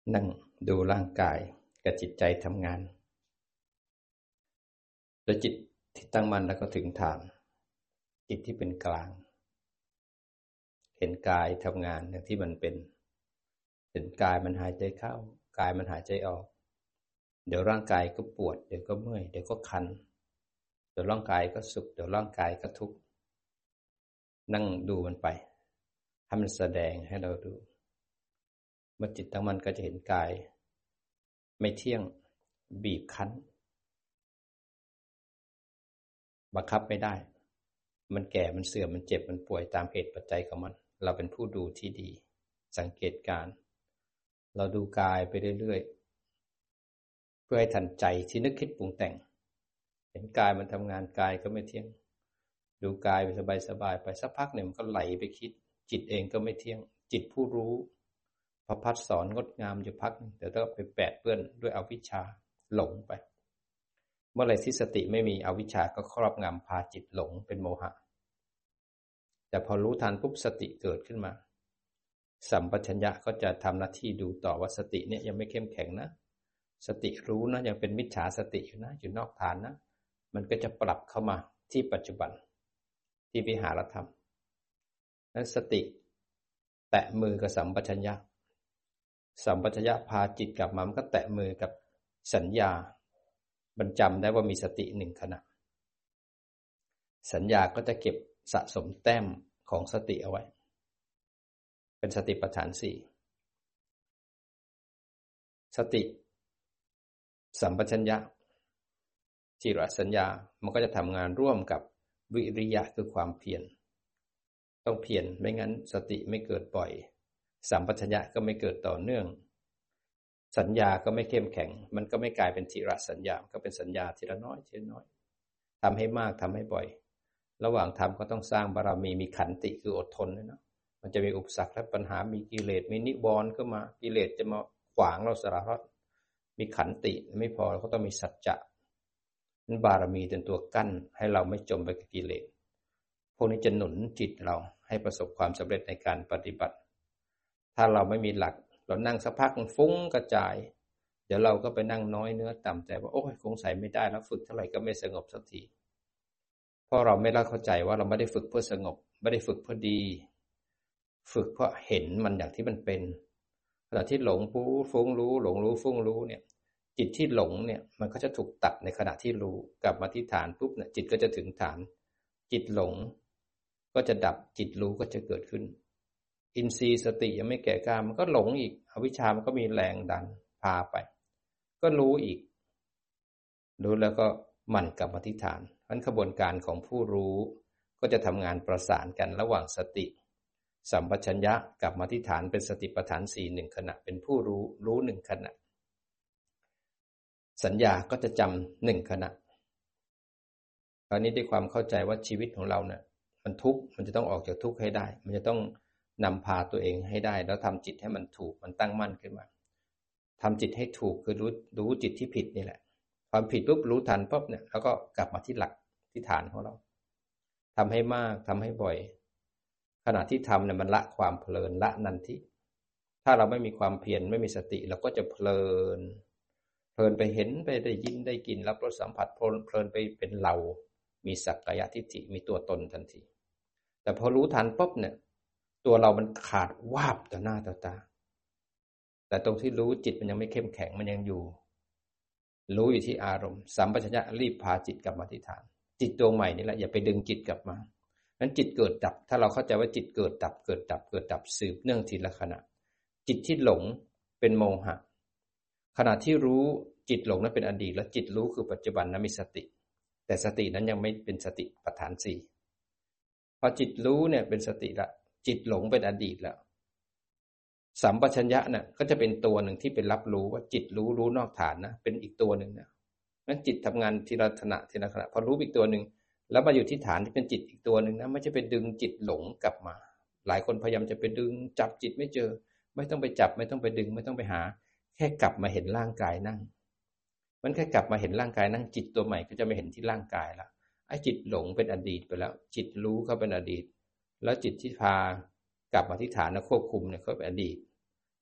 นั่งดูร่างกายกับจิตใจทำงานแล้วจิตที่ตั้งมั่นแล้วก็ถึงฐานจิตที่เป็นกลางเห็นกายทำงานอย่างที่มันเป็นเห็นกายมันหายใจเข้ากายมันหายใจออกเดี๋ยวร่างกายก็ปวดเดี๋ยวก็เมื่อยเดี๋ยวก็คันเดี๋ยวร่างกายก็สุขเดี๋ยวร่างกายก็ทุกข์นั่งดูมันไปให้มันแสดงให้เราดูเมื่อจิตตั้งมั่นก็จะเห็นกายไม่เที่ยงบีบคั้นบังคับไม่ได้มันแก่มันเสื่อมมันเจ็บมันป่วยตามเหตุปัจจัยของมันเราเป็นผู้ดูที่ดีสังเกตการเราดูกายไปเรื่อยๆเพื่อให้ทันใจที่นึกคิดปรุงแต่งเห็นกายมันทำงานกายก็ไม่เที่ยงดูกายไปสบายๆไปสักพักหนึ่งมันก็ไหลไปคิดจิตเองก็ไม่เที่ยงจิตผู้รู้พระพัฒสอนงดงามอยู่พักแต่ต้องไปแปดเปื้อนด้วยอวิชชาหลงไปเมื่อไรที่สติไม่มีอวิชชาก็ครอบงำพาจิตหลงเป็นโมหะแต่พอรู้ทันปุ๊บสติเกิดขึ้นมาสัมปชัญญะก็จะทำหน้าที่ดูต่อว่าสติเนี่ยยังไม่เข้มแข็งนะสติรู้นะยังเป็นมิจฉาสติอยู่นะอยู่นอกฐานนะมันก็จะปรับเข้ามาที่ปัจจุบันที่วิหารธรรมนั้นสติแตะมือกับสัมปชัญญะสัมปชัญญะพาจิตกลับมามันก็แตะมือกับสัญญามันจำได้ว่ามีสติหนึ่งขณะสัญญาก็จะเก็บสะสมแต้มของสติเอาไว้เป็นสติปัฏฐานสี่สติสัมปชัญญะจิรสัญญามันก็จะทำงานร่วมกับวิริยะคือความเพียรต้องเพียรไม่งั้นสติไม่เกิดบ่อยสัมปชัญญะก็ไม่เกิดต่อเนื่องสัญญาก็ไม่เข้มแข็งมันก็ไม่กลายเป็นจิรสัญญาก็เป็นสัญญาทีละน้อยทีละน้อยทำให้มากทำให้บ่อยระหว่างทำก็ต้องสร้างบารมีมีขันติคืออดทนด้วยนะมันจะมีอุปสรรคและปัญหามีกิเลสมีนิวรณ์เข้ามากิเลสจะมาขวางเราสารพัดมีขันติไม่พอเราก็ต้องมีสัจจะนั้นบารมีเป็นตัวกั้นให้เราไม่จมไปกับกิเลสพวกนี้จะหนุนจิตเราให้ประสบความสำเร็จในการปฏิบัติถ้าเราไม่มีหลักเรานั่งสักพักฟุ้งกระจายเดี๋ยวเราก็ไปนั่งน้อยเนื้อต่ำใจว่าโอ้ยคงใส่ไม่ได้แล้วฝึกเท่าไหร่ก็ไม่สงบสักทีเพราะเราไม่ได้เข้าใจว่าเราไม่ได้ฝึกเพื่อสงบไม่ได้ฝึกเพื่อดีฝึกเพราะเห็นมันอย่างที่มันเป็นขณะที่หลงฟุ้งรู้หลงรู้ฟุ้งรู้เนี่ยจิตที่หลงเนี่ยมันก็จะถูกตัดในขณะที่รู้กลับมาที่ฐานปุ๊บเนี่ยจิตก็จะถึงฐานจิตหลงก็จะดับจิตรู้ก็จะเกิดขึ้นอินทรีย์สติยังไม่แก่กล้ามันก็หลงอีกอวิชชามันก็มีแรงดันพาไปก็รู้อีกรู้แล้วก็หมั่นกลับมาที่ฐานเพราะขบวนการของผู้รู้ก็จะทำงานประสานกันระหว่างสติสัมปชัญญะกลับมาที่ฐานเป็นสติปัฏฐานสี่หนึ่งขณะเป็นผู้รู้หนึ่งขณะสัญญาก็จะจำหนึ่งขณะคราวนี้ด้วยความเข้าใจว่าชีวิตของเราเนี่ยมันทุกข์มันจะต้องออกจากทุกข์ให้ได้มันจะต้องนำพาตัวเองให้ได้แล้วทำจิตให้มันถูกมันตั้งมั่นขึ้นมาทำจิตให้ถูกคือรู้จิตที่ผิดนี่แหละความผิดปุ๊บรู้ทันปุ๊บเนี่ยแล้วก็กลับมาที่หลักที่ฐานของเราทำให้มากทำให้บ่อยขณะที่ทำเนี่ยมันละความเพลินละนันทิถ้าเราไม่มีความเพียรไม่มีสติเราก็จะเพลินไปเห็นไปได้ยินได้กลิ่นรับรสสัมผัสเพลินไปเป็นเรามีสักกายทิฏฐิมีตัวตนทันทีแต่พอรู้ทันปุ๊บเนี่ยตัวเรามันขาดวาบต่อหน้าต่อตาแต่ตรงที่รู้จิตมันยังไม่เข้มแข็งมันยังอยู่รู้อยู่ที่อารมณ์สัมปชัญญะรีบพาจิตกลับมาที่ฐานจิตดวงใหม่นี่แหละอย่าไปดึงจิตกลับมานั้นจิตเกิดดับถ้าเราเข้าใจว่าจิตเกิดดับเกิดดับเกิดดับสืบเนื่องทีละขณะจิตที่หลงเป็นโมหะขณะที่รู้จิตหลงนั้นเป็นอดีตและจิตรู้คือปัจจุบันนั้นมีสติแต่สตินั้นยังไม่เป็นสติปัฏฐานสี่พอจิตรู้เนี่ยเป็นสติละจิตหลงเป็นอดีตแล้วสัมปชัญญะน่ะก็จะเป็นตัวหนึ่งที่เป็นรับรู้ว่าจิตรู้นอกฐานนะเป็นอีกตัวหนึ่งนะนั้นจิตทำงานทีละขณะพอรู้อีกตัวหนึ่งแล้วมาอยู่ที่ฐานที่เป็นจิตอีกตัวหนึ่งนะไม่ใช่ไปดึงจิตหลงกลับมาหลายคนพยายามจะไปดึงจับจิตไม่เจอไม่ต้องไปจับไม่ต้องไปดึงไม่ต้องไปหาแค่กลับมาเห็นร่างกายนั่งมันแค่กลับมาเห็นร่างกายนั่งจิตตัวใหม่ก็จะไม่เห็นที่ร่างกายละไอ้จิตหลงเป็นอดีตไปแล้วจิตรู้เขาเป็นอดีตแล้วจิตที่พากลับมาที่ฐานแล้วควบคุมเนี่ยเขาเป็นอดีต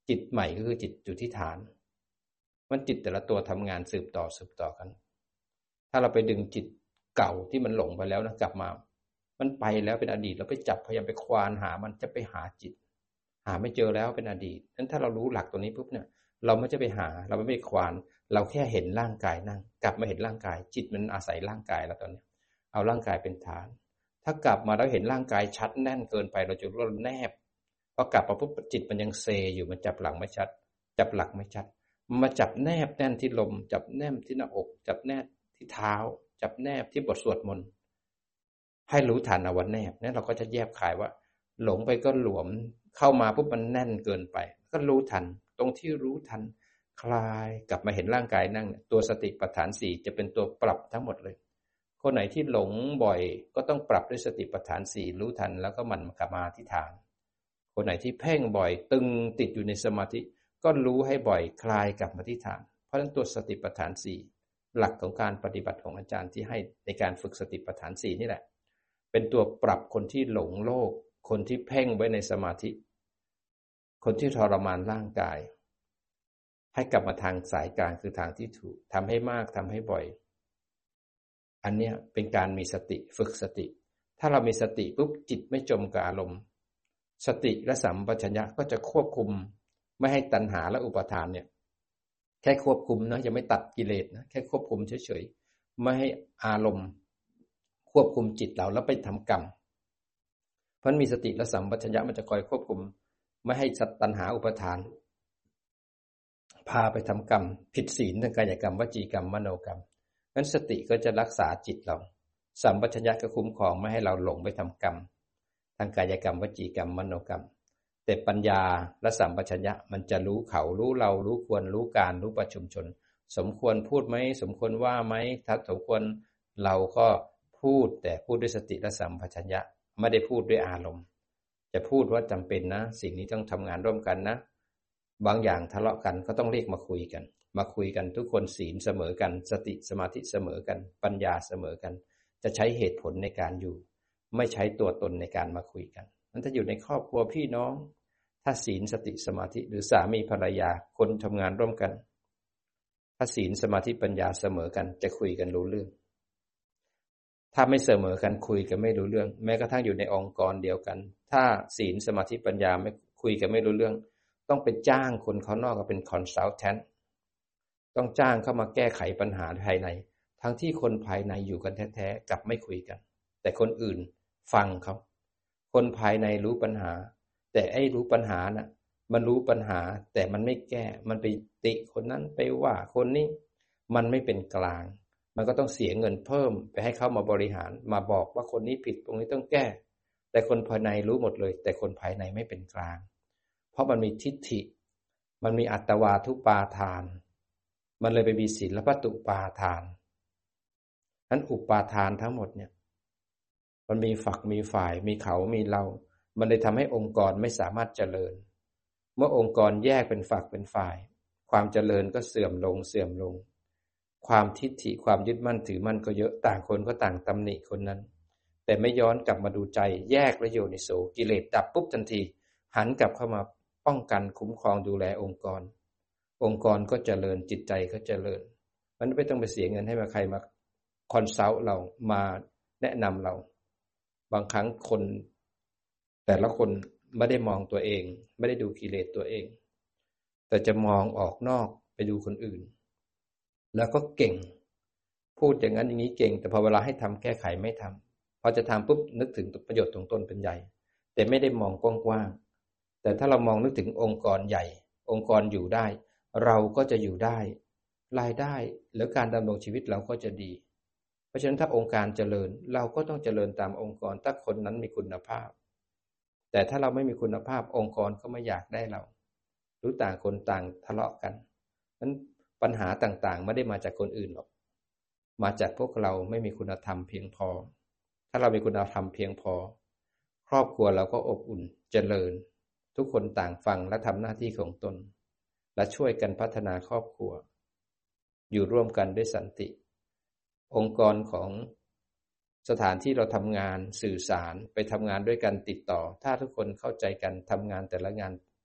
จิตใหม่ก็คือจิตอยู่ที่ฐานมันจิตแต่ละตัวทำงานสืบต่อกันถ้าเราไปดึงจิตเก่าที่มันหลงไปแล้วนะกลับมามันไปแล้วเป็นอดีตเราไปจับพยายามไปควานหามันจะไปหาจิตหาไม่เจอแล้วเป็นอดีตนั้นถ้าเรารู้หลักตัวนี้ปุ๊บเนี่ยเราไม่จะไปหาเราไม่ไปควานเราแค่เห็นร่างกายนั่งกลับมาเห็นร่างกายจิตมันอาศัยร่างกายแล้วตอนนี้เอาร่างกายเป็นฐานถ้ากลับมาแล้วเห็นร่างกายชัดแน่นเกินไปเราจะรู้ว่าแนบพอกลับมาปุ๊บจิตมันยังเซอยู่มันจับหลังไม่ชัดจับหลักไม่ชัดมาจับแนบแน่นที่ลมจับแนบที่หน้าอกจับแนบที่เท้าจับแนบที่บทสวดมนต์ให้รู้ทันเอาวันแนบเนี่ยเราก็จะแยบขายว่าหลงไปก็หลวมเข้ามาปุ๊บมันแน่นเกินไปก็รู้ทันตรงที่รู้ทันคลายกลับมาเห็นร่างกายนั่งตัวสติปัฏฐานสี่จะเป็นตัวปรับทั้งหมดเลยคนไหนที่หลงบ่อยก็ต้องปรับด้วยสติปัฏฐานสี่รู้ทันแล้วก็หมั่นกลับมาที่ฐานคนไหนที่เพ่งบ่อยตึงติดอยู่ในสมาธิก็รู้ให้บ่อยคลายกลับมาที่ฐานเพราะฉะนั้นตัวสติปัฏฐานสี่หลักของการปฏิบัติของอาจารย์ที่ให้ในการฝึกสติปัฏฐานสี่นี่แหละเป็นตัวปรับคนที่หลงโลกคนที่เพ่งไว้ในสมาธิคนที่ทรมานร่างกายให้กลับมาทางสายกลางคือทางที่ถูกทำให้มากทำให้บ่อยอันเนี้ยเป็นการมีสติฝึกสติถ้าเรามีสติปุ๊บจิตไม่จมกับอารมณ์สติและสัมปชัญญะก็จะควบคุมไม่ให้ตัณหาและอุปาทานเนี่ยแค่ควบคุมนะยังไม่ตัดกิเลสนะแค่ควบคุมเฉยๆไม่ให้อารมณ์ควบคุมจิตเราแล้วไปทำกรรมเพราะมีสติและสัมปชัญญะมันจะคอยควบคุมไม่ให้ตัณหาอุปาทานพาไปทำกรรมผิดศีลทางกายกรรมวจีกรรมมโนกรรมงั้นสติก็จะรักษาจิตเราสัมปชัญญะก็คุ้มครองไม่ให้เราหลงไปทำกรรมทางกายกรรมวจีกรรมมโนกรรมแต่ปัญญาและสัมปชัญญะมันจะรู้เขารู้เรารู้ควรรู้การรู้ประชุมชนสมควรพูดไหมสมควรว่าไหมถ้าสมควรเราก็พูดแต่พูดด้วยสติและสัมปชัญญะไม่ได้พูดด้วยอารมณ์จะพูดว่าจำเป็นนะสิ่งนี้ต้องทำงานร่วมกันนะบางอย่างทะเลาะกันก็ต้องเรียกมาคุยกันทุกคนศีลเสมอกันสติสมาธิเสมอกันปัญญาเสมอกันจะใช้เหตุผลในการอยู่ไม่ใช้ตัวตนในการมาคุยกันนั้นถ้าอยู่ในครอบครัวพี่น้องถ้าศีลสติสมาธิหรือสามีภรรยาคนทำงานร่วมกันถ้าศีลสมาธิปัญญาเสมอกันจะคุยกันรู้เรื่องถ้าไม่เสมอกันคุยกันไม่รู้เรื่องแม้กระทั่งอยู่ในองค์กรเดียวกันถ้าศีลสมาธิปัญญาไม่คุยกันไม่รู้เรื่องต้องไปจ้างคนข้างนอกก็เป็นคอนซัลแทนท์ต้องจ้างเข้ามาแก้ไขปัญหาภายในทั้งที่คนภายในอยู่กันแท้ๆกลับไม่คุยกันแต่คนอื่นฟังเขาคนภายในรู้ปัญหาแต่ไอ้รู้ปัญหาน่ะมันรู้ปัญหาแต่มันไม่แก้มันไปติคนนั้นไปว่าคนนี้มันไม่เป็นกลางมันก็ต้องเสียเงินเพิ่มไปให้เขามาบริหารมาบอกว่าคนนี้ผิดตรงนี้ต้องแก้แต่คนภายในรู้หมดเลยแต่คนภายในไม่เป็นกลางเพราะมันมีทิฏฐิมันมีอัตวาทุปาทานมันเลยไปมีศีลปัตตุปาทานนั้นอุปาทานทั้งหมดเนี่ยมันมีฝักมีฝ่ายมีเขามีเรามันเลยทำให้องค์กรไม่สามารถเจริญเมื่อองค์กรแยกเป็นฝักเป็นฝ่ายความเจริญก็เสื่อมลงความทิฏฐิความยึดมั่นถือมั่นก็เยอะต่างคนก็ต่างตำหนิคนนั้นแต่ไม่ย้อนกลับมาดูใจแยกและโยนิโสกิเลสดับปุ๊บทันทีหันกลับเข้ามาป้องกันคุ้มครองดูแลองค์กรก็เจริญจิตใจก็เจริญมันไม่ต้องไปเสียเงินให้มาใครมาคอนซัลท์เรามาแนะนำเราบางครั้งคนแต่ละคนไม่ได้มองตัวเองไม่ได้ดูกิเลสตัวเองแต่จะมองออกนอกไปดูคนอื่นแล้วก็เก่งพูดอย่างนั้นอย่างนี้เก่งแต่พอเวลาให้ทำแก้ไขไม่ทำพอจะทำปุ๊บนึกถึงประโยชน์ของตนเป็นใหญ่แต่ไม่ได้มองกว้างๆแต่ถ้าเรามองนึกถึงองค์กรใหญ่องค์กรอยู่ได้เราก็จะอยู่ได้รายได้หรือการดำรงชีวิตเราก็จะดีเพราะฉะนั้นถ้าองค์การเจริญเราก็ต้องเจริญตามองค์กรถ้าคนนั้นมีคุณภาพแต่ถ้าเราไม่มีคุณภาพองค์กรก็ไม่อยากได้เราหรือต่างคนต่างทะเลาะกันนั้นปัญหาต่างๆไม่ได้มาจากคนอื่นหรอกมาจากพวกเราไม่มีคุณธรรมเพียงพอถ้าเรามีคุณธรรมเพียงพอครอบครัวเราก็อบอุ่นเจริญทุกคนต่างฟังและทำหน้าที่ของตนและช่วยกันพัฒนาครอบครัวอยู่ร่วมกันด้วยสันติองค์กรของสถานที่เราทำงานสื่อสารไปทำงานด้วยกันติดต่อถ้าทุกคนเข้าใจกันทำงานแต่ละงาน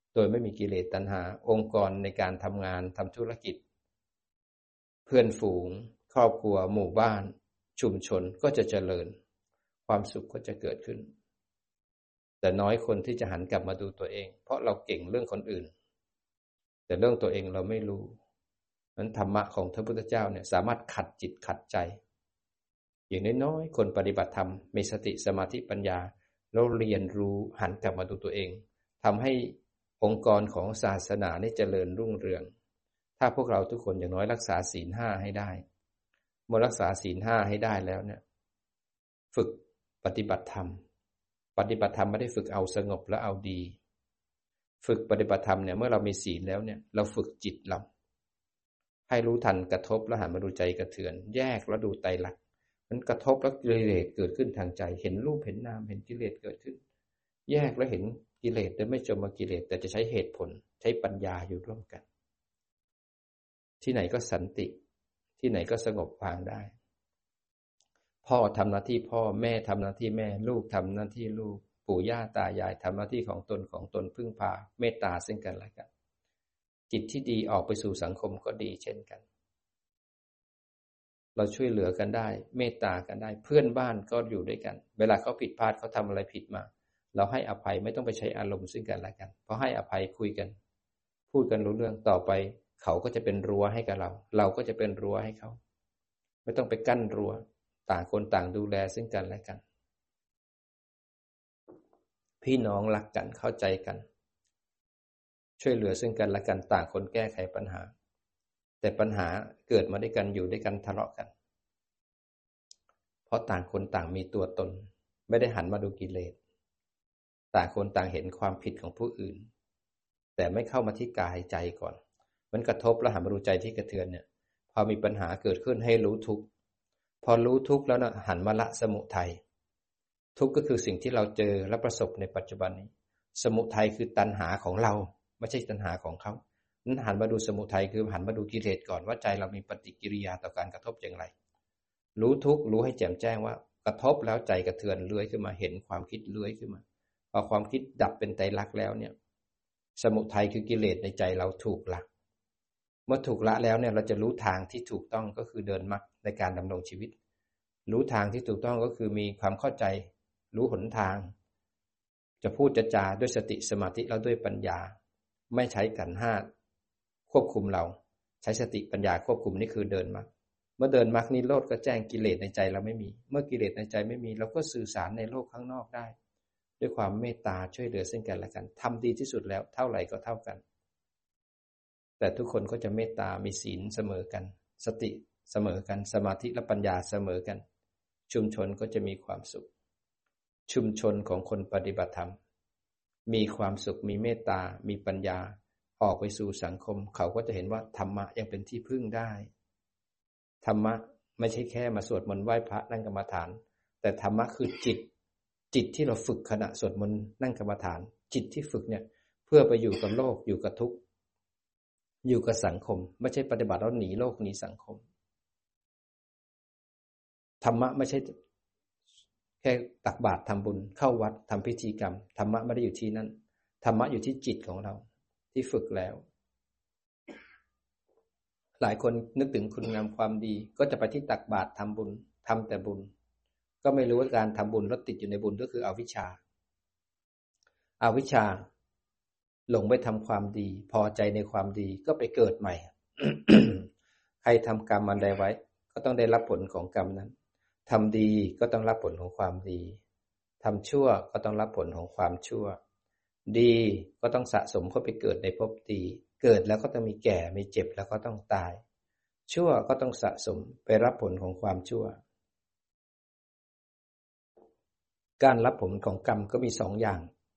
โดยไม่มีกิเลสตัณหาองค์กรในการทำงานทำธุรกิจเพื่อนฝูงครอบครัวหมู่บ้านชุมชนก็จะเจริญความสุขก็จะเกิดขึ้นแต่น้อยคนที่จะหันกลับมาดูตัวเองเพราะเราเก่งเรื่องคนอื่นแต่เรื่องตัวเองเราไม่รู้นั้นธรรมะของพระพุทธเจ้าเนี่ยสามารถขัดจิตขัดใจอย่างน้อยๆคนปฏิบัติธรรมมีสติสมาธิปัญญาแล้วเรียนรู้หันกลับมาดูตัวเองทำให้องค์กรของศาสนาได้เจริญรุ่งเรืองถ้าพวกเราทุกคนอย่างน้อยรักษาศีลห้าให้ได้เมื่อรักษาศีลห้าให้ได้แล้วเนี่ยฝึกปฏิบัติธรรมปฏิบัติธรรมไม่ได้ฝึกเอาสงบแล้วเอาดีฝึกปฏิบัติธรรมเนี่ยเมื่อเรามีศีลแล้วเนี่ยเราฝึกจิตเราให้รู้ทันกระทบแล้วหันมาดูใจกระเทือนแยกแล้วดูไตรลักษณ์มันกระทบแล้วกิเลสเกิดขึ้นทางใจเห็นรูปเห็นนามเห็นกิเลสเกิดขึ้นแยกแล้วเห็นกิเลสแต่ไม่จมมากิเลสแต่จะใช้เหตุผลใช้ปัญญาอยู่ร่วมกันที่ไหนก็สันติที่ไหนก็สงบวางได้พ่อทำหน้าที่พ่อแม่ทำหน้าที่แม่ลูกทำหน้าที่ลูกปู่ย่าตายายทำหน้าที่ของตนพึ่งพาเมตตาซึ่งกันและกันจิตที่ดีออกไปสู่สังคมก็ดีเช่นกันเราช่วยเหลือกันได้เมตตากันได้เพื่อนบ้านก็อยู่ด้วยกันเวลาเขาผิดพลาดเขาทำอะไรผิดมาเราให้อภัยไม่ต้องไปใช้อารมณ์ซึ่งกันและกันเพราะให้อภัยคุยกันพูดกันรู้เรื่องต่อไปเขาก็จะเป็นรั้วให้กับเราก็จะเป็นรั้วให้เขาไม่ต้องไปกั้นรั้วต่างคนต่างดูแลซึ่งกันและกันพี่น้องรักกันเข้าใจกันช่วยเหลือซึ่งกันและกันต่างคนแก้ไขปัญหาแต่ปัญหาเกิดมาด้วยกันอยู่ด้วยกันทะเลาะกันเพราะต่างคนต่างมีตัวตนไม่ได้หันมาดูกิเลสต่างคนต่างเห็นความผิดของผู้อื่นแต่ไม่เข้ามาที่กายใจก่อนมันกระทบแล้วหันมาดูใจที่กระเทือนเนี่ยพอมีปัญหาเกิดขึ้นให้รู้ทุกข์พอรู้ทุกข์แล้วนะหันมาละสมุทัยทุกข์ก็คือสิ่งที่เราเจอและประสบในปัจจุบันนี้สมุทัยคือตัณหาของเราไม่ใช่ตัณหาของเขานั้นหันมาดูสมุทัยคือหันมาดูกิเลสก่อนว่าใจเรามีปฏิกิริยาต่อการกระทบอย่างไรรู้ทุกข์รู้ให้แจ่มแจ้งว่ากระทบแล้วใจกระเทือนเลื้อยขึ้นมาเห็นความคิดเลื้อยขึ้นมาพอความคิดดับเป็นไตรลักษณ์แล้วเนี่ยสมุทัยคือกิเลสในใจเราถูกละเมื่อถูกละแล้วเนี่ยเราจะรู้ทางที่ถูกต้องก็คือเดินมรรคในการดำรงชีวิตรู้ทางที่ถูกต้องก็คือมีความเข้าใจรู้หนทางจะพูดจะจาด้วยสติสมาธิแล้วด้วยปัญญาไม่ใช้ขันธ์ห้าควบคุมเราใช้สติปัญญาควบคุมนี่คือเดินมรรคเมื่อเดินมรรคนิโรธก็แจ้งกิเลสในใจเราไม่มีเมื่อกิเลสในใจไม่มีเราก็สื่อสารในโลกข้างนอกได้ด้วยความเมตตาช่วยเหลือซึ่งกันและกันทำดีที่สุดแล้วเท่าไหร่ก็เท่ากันแต่ทุกคนก็จะเมตตามีศีลเสมอกันสติเสมอกันสมาธิและปัญญาเสมอกันชุมชนก็จะมีความสุขชุมชนของคนปฏิบัติธรรมมีความสุขมีเมตตามีปัญญาออกไปสู่สังคมเขาก็จะเห็นว่าธรรมะยังเป็นที่พึ่งได้ธรรมะไม่ใช่แค่มาสวดมนต์ไหว้พระนั่งกรรมฐานแต่ธรรมะคือจิตที่เราฝึกขณะสวดมนต์นั่งกรรมฐานจิตที่ฝึกเนี่ยเพื่อไปอยู่กับโลกอยู่กับทุกข์อยู่กับสังคมไม่ใช่ปฏิบัติแล้วหนีโลกหนีสังคมธรรมะไม่ใช่แค่ตักบาตรทำบุญเข้าวัดทำพิธีกรรมธรรมะไม่ได้อยู่ที่นั่นธรรมะอยู่ที่จิตของเราที่ฝึกแล้วหลายคนนึกถึงคุณงามความดีก็จะไปที่ตักบาตรทำบุญทำแต่บุญก็ไม่รู้ว่าการทำบุญแล้วติดอยู่ในบุญก็คืออวิชชาหลงไปทำความดีพอใจในความดีก็ไปเกิดใหม่ ใครทำกรรมอันใดไว้ก็ต้องได้รับผลของกรรมนั้นทำดีก็ต้องรับผลของความดีทำชั่วก็ต้องรับผลของความชั่วดีก็ต้องสะสมเข้าไปเกิดในภพดีเกิดแล้วก็ต้องมีแก่มีเจ็บแล้วก็ต้องตายชั่วก็ต้องสะสมไปรับผลของความชั่วการรับผลของกรรมก็มีสองอย่าง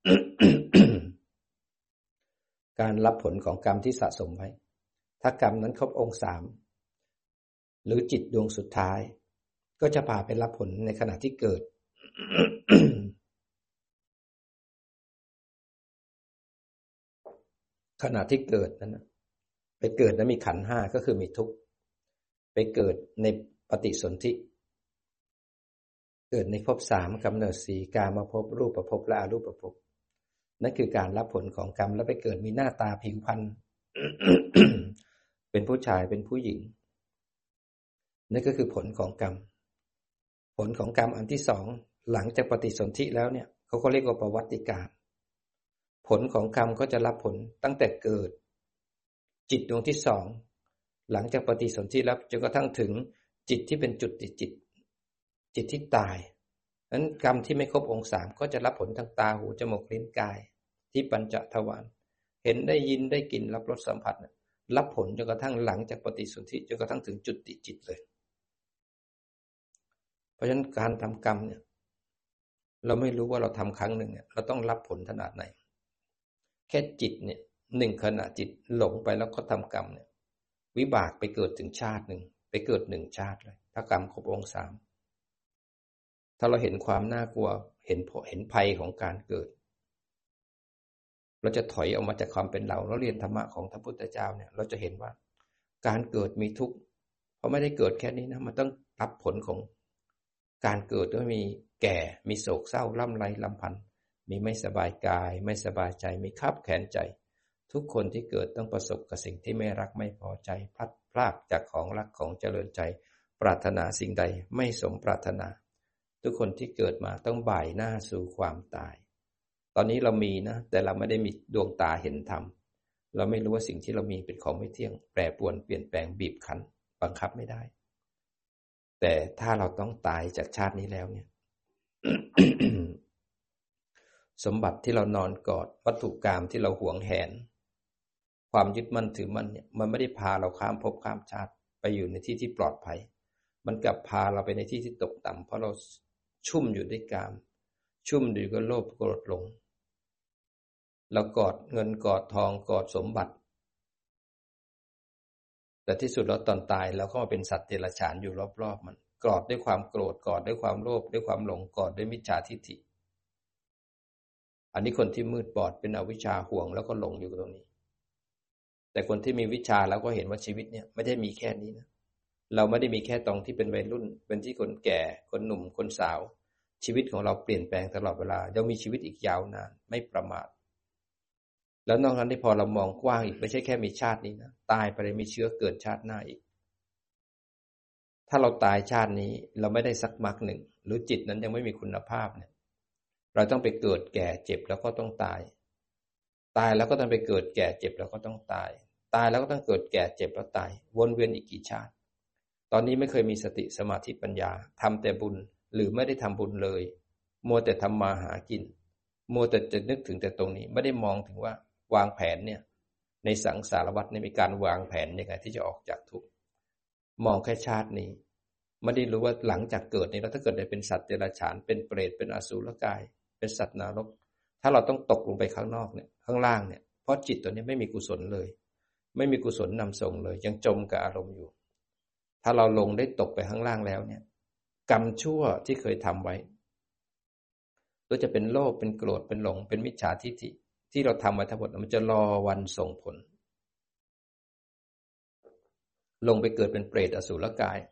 การรับผลของกรรมที่สะสมไว้ถ้ากรรมนั้นครบองค์3หรือจิตดวงสุดท้ายก็จะพาไปรับผลในขณะที่เกิด ขณะที่เกิดนั้นไปเกิดนั้นมีขันธ์5ก็คือมีทุกข์ไปเกิดในปฏิสนธิเกิดในภพ3กำเนิด4กามภพรูปภพและอรูปภพนั่นคือการรับผลของกรรมแล้วไปเกิดมีหน้าตาผิวพรรณ เป็นผู้ชายเป็นผู้หญิงนั่นก็คือผลของกรรมผลของกรรมอันที่สองหลังจากปฏิสนธิแล้วเนี่ยเขาก็เรียกว่าประวัติกรรมผลของกรรมก็จะรับผลตั้งแต่เกิดจิตดวงที่สองหลังจากปฏิสนธิแล้วจนกระทั่งถึงจิตที่เป็นจุดติจิตที่ตายนั้นกรรมที่ไม่ครบองค์สามก็จะรับผลทางตาหูจมูกลิ้นกายที่ปัญจทวารเห็นได้ยินได้กลิ่นรับรสสัมผัสรับผลจนกระทั่งหลังจากปฏิสนธิจนกระทั่งถึงจุดติจิตเลยเพราะฉะนั้นการทำกรรมเนี่ยเราไม่รู้ว่าเราทำครั้งหนึ่งเนี่ยเราต้องรับผลขนาดไหนแค่จิตเนี่ยหนึ่งขณะจิตหลงไปแล้วก็ทำกรรมเนี่ยวิบากไปเกิดถึงชาติหนึ่งไปเกิดหนึ่งชาติเลยถ้ากรรมครบองค์สามถ้าเราเห็นความน่ากลัวเห็นภัยของการเกิดเราจะถอยออกมาจากความเป็นเราแล้วเรียนธรรมะของพระพุทธเจ้าเนี่ยเราจะเห็นว่าการเกิดมีทุกข์เพราะไม่ได้เกิดแค่นี้นะมันต้องรับผลของการเกิดด้วยมีแก่มีโศกเศร้าล่ำไรลำพันธ์มีไม่สบายกายไม่สบายใจมีคับแขนใจทุกคนที่เกิดต้องประสบกับสิ่งที่ไม่รักไม่พอใจพลัดพรากจากของรักของเจริญใจปรารถนาสิ่งใดไม่สมปรารถนาทุกคนที่เกิดมาต้องบ่ายหน้าสู่ความตายตอนนี้เรามีนะแต่เราไม่ได้มีดวงตาเห็นธรรมเราไม่รู้ว่าสิ่งที่เรามีเป็นของไม่เที่ยงแปรปรวนเปลี่ยนแปลงบีบคั้นบังคับไม่ได้แต่ถ้าเราต้องตายจากชาตินี้แล้วเนี่ย สมบัติที่เรานอนกอดวัตถุกรรมที่เราหวงแหนความยึดมั่นถือมั่นเนี่ยมันไม่ได้พาเราข้ามภพข้ามชาติไปอยู่ในที่ที่ปลอดภัยมันกลับพาเราไปในที่ที่ตกต่ำเพราะเราชุ่มอยู่ด้วยกามชุ่มอยู่กับโลภโกรธหลงเรากอดเงินกอดทองกอดสมบัติแต่ที่สุดเราตอนตายเราก็มาเป็นสัตว์เดรัจฉานอยู่รอบๆมันกอดด้วยความโกรธกอดด้วยความโลภด้วยความหลงกอดด้วยมิจฉาทิฏฐิอันนี้คนที่มืดบอดเป็นอวิชชาห่วงแล้วก็หลงอยู่ตรงนี้แต่คนที่มีวิชาแล้วก็เห็นว่าชีวิตเนี่ยไม่ได้มีแค่นี้นะเราไม่ได้มีแค่ตรงที่เป็นวัยรุ่นเป็นที่คนแก่คนหนุ่มคนสาวชีวิตของเราเปลี่ยนแปลงตลอดเวลายังมีชีวิตอีกยาวนานไม่ประมาทแล้วนอกนั้นที่พอเรามองกว้างอีกไม่ใช่แค่มีชาตินี้นะตายไปเลยมีเชื้อเกิดชาติหน้าอีกถ้าเราตายชาตินี้เราไม่ได้สักมรรคหนึ่งหรือจิตนั้นยังไม่มีคุณภาพเนี่ยเราต้องไปเกิดแก่เจ็บแล้วก็ต้องตายตายแล้วก็ต้องไปเกิดแก่เจ็บแล้วก็ต้องตายตายแล้วก็ต้องเกิดแก่เจ็บแล้วตายวนเวียนอีกกี่ชาติตอนนี้ไม่เคยมีสติสมาธิปัญญาทำแต่บุญหรือไม่ได้ทำบุญเลยมัวแต่ทำมาหากินมัวแต่จะนึกถึงแต่ตรงนี้ไม่ได้มองถึงว่าวางแผนเนี่ยในสังสารวัฏมีการวางแผนยังไงที่จะออกจากทุกข์มองแค่ชาตินี้ไม่ได้รู้ว่าหลังจากเกิดนี้แล้วถ้าเกิดได้เป็นสัตว์เดรัจฉานเป็นเปรตเป็นอสูรกายเป็นสัตว์นรกถ้าเราต้องตกลงไปข้างนอกเนี่ยข้างล่างเนี่ยเพราะจิตตัวนี้ไม่มีกุศลเลยไม่มีกุศลนำส่งเลยยังจมกับอารมณ์อยู่ถ้าเราลงได้ตกไปข้างล่างแล้วเนี่ยกรรมชั่วที่เคยทำไว้ก็จะเป็นโลภเป็นโกรธเป็นหลงเป็นมิจฉาทิฏฐิที่เราทำมาทั้งหมดมันจะรอวันส่งผลลงไปเกิดเป็นเปรตอสูรกาย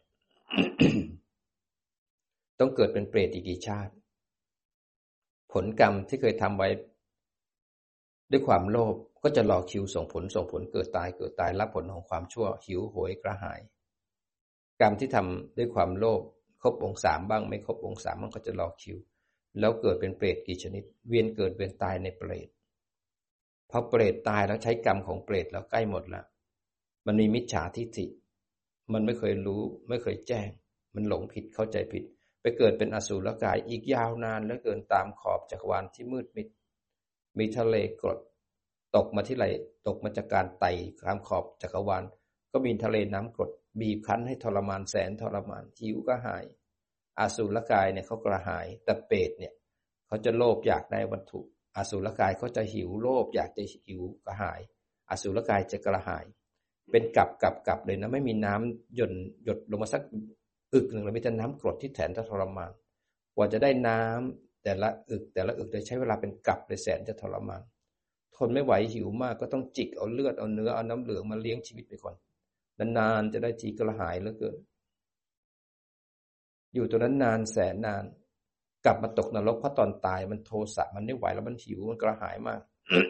ต้องเกิดเป็นเปรตอีกกี่ชาติผลกรรมที่เคยทำไว้ด้วยความโลภก็จะรอคิวส่งผลเกิดตายรับผลของความชั่วหิวโหยกระหายกรรมที่ทำด้วยความโลภครบองค์สามบ้างไม่ครบองค์สามมันก็จะรอคิวแล้วเกิดเป็นเปรตกี่ชนิดเวียนเกิดเวียนตายในเปรตพอเปรตตายแล้วใช้กรรมของเปรตแล้วใกล้หมดแล้วมันมีมิจฉาทิฏฐิมันไม่เคยรู้ไม่เคยแจ้งมันหลงผิดเข้าใจผิดไปเกิดเป็นอสูรกายอีกยาวนานแล้วเกินตามขอบจักรวาลที่มืดมิดมีทะเลกรดตกมาที่ไหลตกมาจากการไต่ตามขอบจักรวาลก็มีทะเลน้ำกรดบีบคั้นให้ทรมานแสนทรมานหิวก็หายอสูรกายเนี่ยเขากระหายแต่เปรตเนี่ยเขาจะโลภอยากได้วัตถุอสูรกายเขาจะหิวโลภอยากจะหิวกระหายอสูรกายจะกระหายเป็นกับเลยนะไม่มีน้ำหยดลงมาสักอึกหนึ่งเลยมีแต่น้ำกรดที่แสนจะทรมานกว่าจะได้น้ำแต่ละอึกจะใช้เวลาเป็นกับเลยแสนจะทรมานทนไม่ไหวหิวมากก็ต้องจิกเอาเลือดเอาเนื้อเอาน้ำเหลืองมาเลี้ยงชีวิตไปก่อนนานๆจะได้ทีกระหายเหลือเกินอยู่ตรงนั้นนานแสนนานกลับมาตกนรกเพราะตอนตายมันโทสะมันไม่ไหวแล้วมันหิวมันกระหายมาก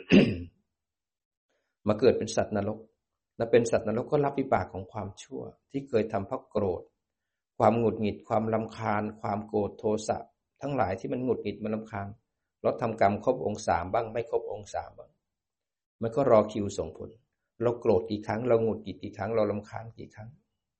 มาเกิดเป็นสัตว์นรกและเป็นสัตว์นรกก็รับวิบากของความชั่วที่เคยทำเพราะโกรธความหงุดหงิดความรำคาญความโกรธโทสะทั้งหลายที่มันหงุดหงิดมันรำคาญเราทำกรรมครบองค์3บ้างไม่ครบองค์3บ้างมันก็รอคิวส่งผลเราโกรธกี่ครั้งเราหงุดหงิดกี่ครั้งเรารำคาญกี่ครั้ง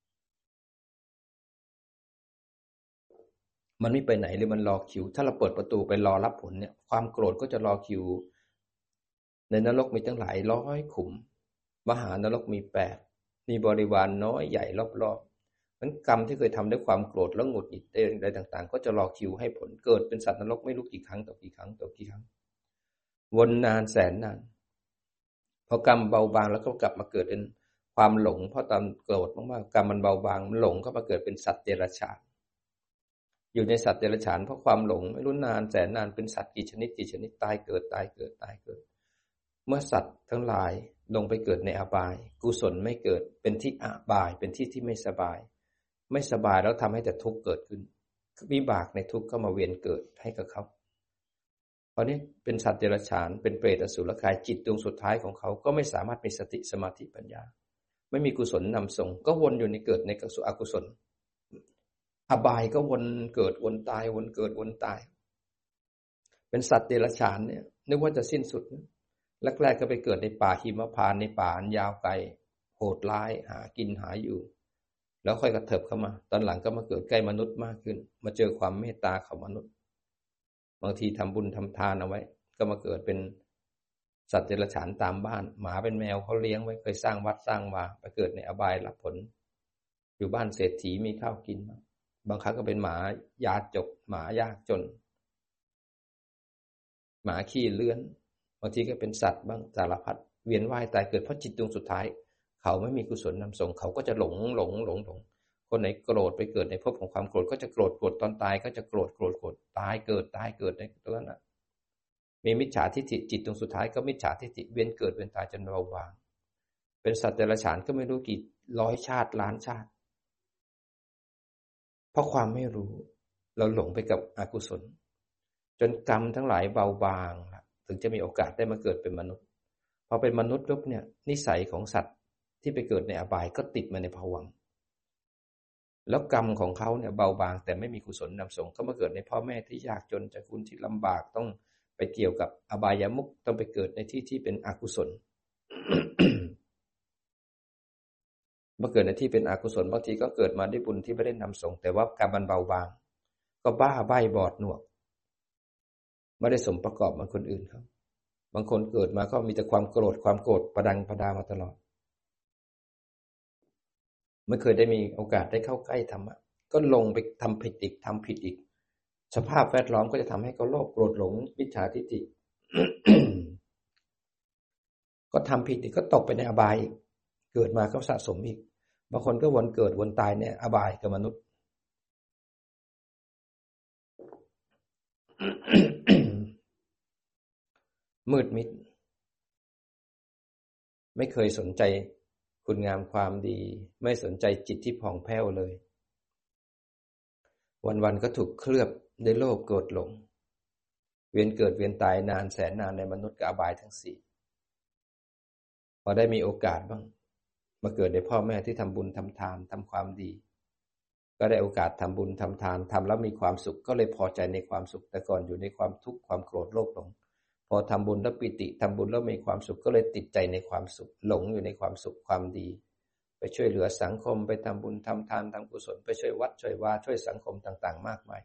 มันไม่ไปไหนเลยมันรอคิวถ้าเราเปิดประตูไปรอรับผลเนี่ยความโกรธก็จะรอคิวในนรกมีตั้งหลายร้อยขุมมหานรกมี8มีบริวารน้อยใหญ่รอบๆนั้นกรรมที่เคยทำด้วยความโกรธแล้วหงุดหงิดอะไรต่างๆก็จะรอคิวให้ผลเกิดเป็นสัตว์นรกไม่รู้กี่ครั้งต่อกี่ครั้งต่อกี่ครั้งวนนานแสนนานพอกรรมเบาบางแล้วก็กลับมาเกิดเป็นความหลงเพราะตอนโกรธมากๆกรรมมันเบาบางมันหลงก็มาเกิดเป็นสัตว์เดรัจฉานอยู่ในสัตว์เดรัจฉานเพราะความหลงไม่รู้นานแสนนานเป็นสัตว์กี่ชนิดตายเกิดตายเกิดตายเกิดเมื่อสัตว์ทั้งหลายลงไปเกิดในอบายกุศลไม่เกิดเป็นที่อบายเป็นที่ที่ไม่สบายแล้วทำให้แต่ทุกข์เกิดขึ้นวิบากในทุกข์ก็มาเวียนเกิดให้กับเขาเพราะนี้เป็นสัตว์เดรัจฉานเป็นเปรตอสุรกายจิตดวงสุดท้ายของเขาก็ไม่สามารถมีสติสมาธิปัญญาไม่มีกุศลนำส่งก็วนอยู่ในเกิดในอกุศลอบายก็วนเกิดวนตายวนเกิดวนตายเป็นสัตว์เดรัจฉานเนี่ยนึกว่าจะสิ้นสุดแรกๆก็ไปเกิดในป่าหิมพานต์ในป่าอันยาวไกลโหดร้ายหากินหาอยู่แล้วค่อยกระเถิบเข้ามาตอนหลังก็มาเกิดใกล้มนุษย์มากขึ้นมาเจอความเมตตาของมนุษย์บางทีทำบุญทำทานเอาไว้ก็มาเกิดเป็นสัตว์เดรัจฉานตามบ้านหมาเป็นแมวเขาเลี้ยงไว้เคยสร้างวัดสร้างวาไปเกิดในอบายรับผลอยู่บ้านเศรษฐีมีข้าวกินบางครั้งก็เป็นหมายาจกหมายากจนหมาขี้เลื้อนบางทีก็เป็นสัตว์บ้างสารพัดเวียนว่ายตายเกิดเพราะจิตดวงสุดท้ายเขาไม่มีกุศลนำส่งเขาก็จะหลงคนไหนโกรธไปเกิดในภพของความโกรธก็จะโกรธตอนตายก็จะโกรธตายเกิดในตัวนั้นมีมิจฉาทิฏฐิจิตดวงสุดท้ายก็มิจฉาทิฏฐิเวียนเกิดเวียนตายจนเบาบางเป็นสัตว์เดรัจฉานก็ไม่รู้กี่ร้อยชาติล้านชาติเพราะความไม่รู้เราหลงไปกับอกุศลจนกรรมทั้งหลายเบาบางถึงจะมีโอกาสได้มาเกิดเป็นมนุษย์พอเป็นมนุษย์ปุ๊บเนี่ยนิสัยของสัตว์ที่ไปเกิดในอบายก็ติดมาในภวังค์แล้วกรรมของเขาเนี่ยเบาบางแต่ไม่มีกุศลนำส่งเขามาเกิดในพ่อแม่ที่ยากจนจากคุณที่ลำบากต้องไปเกี่ยวกับอบายามุขต้องไปเกิดในที่ที่เป็นอกุศล มาเกิดในที่เป็นอกุศลบางทีก็เกิดมาด้วยบุญที่ไม่ได้นำส่งแต่ว่ากรรมมันเบาบางก็บ้าใบ้บอดหนวกไม่ได้สมประกอบเหมือนคนอื่นเขาบางคนเกิดมาก็มีแต่ความโกรธประดังประดามาตลอดไม่เคยได้มีโอกาสได้เข้าใกล้ธรรมะก็ลงไปทำผิดอีกสภาพแวดล้อมก็จะทำให้เขาโลภโกรธหลงมิจฉาทิฏฐิ ก็ทำผิดอีกก็ตกไปในอบายอีกเกิดมาก็สะสมอีกบางคนก็วนเกิดวนตายในอบายกับมนุษย์ มืดมิดไม่เคยสนใจคุณงามความดีไม่สนใจจิตที่ผ่องแผ้วเลยวันๆก็ถูกเคลือบด้วยโลภโกรธหลงเวียนเกิดเวียนตายนานแสนนานในมนุษย์กับอบายทั้ง4พอได้มีโอกาสบ้างมาเกิดในพ่อแม่ที่ทำบุญทำทานทำความดีก็ได้โอกาสทำบุญทำทานทำแล้วมีความสุขก็เลยพอใจในความสุขแต่ก่อนอยู่ในความทุกข์ความโกรธโลภหลงพอทำบุญแล้วปิติทำบุญแล้วมีความสุขก็เลยติดใจในความสุขหลงอยู่ในความสุขความดีไปช่วยเหลือสังคมไปทำบุญทำทานทำกุศลไปช่วยวัดช่วยวาช่วยสังคมต่างๆมากมาย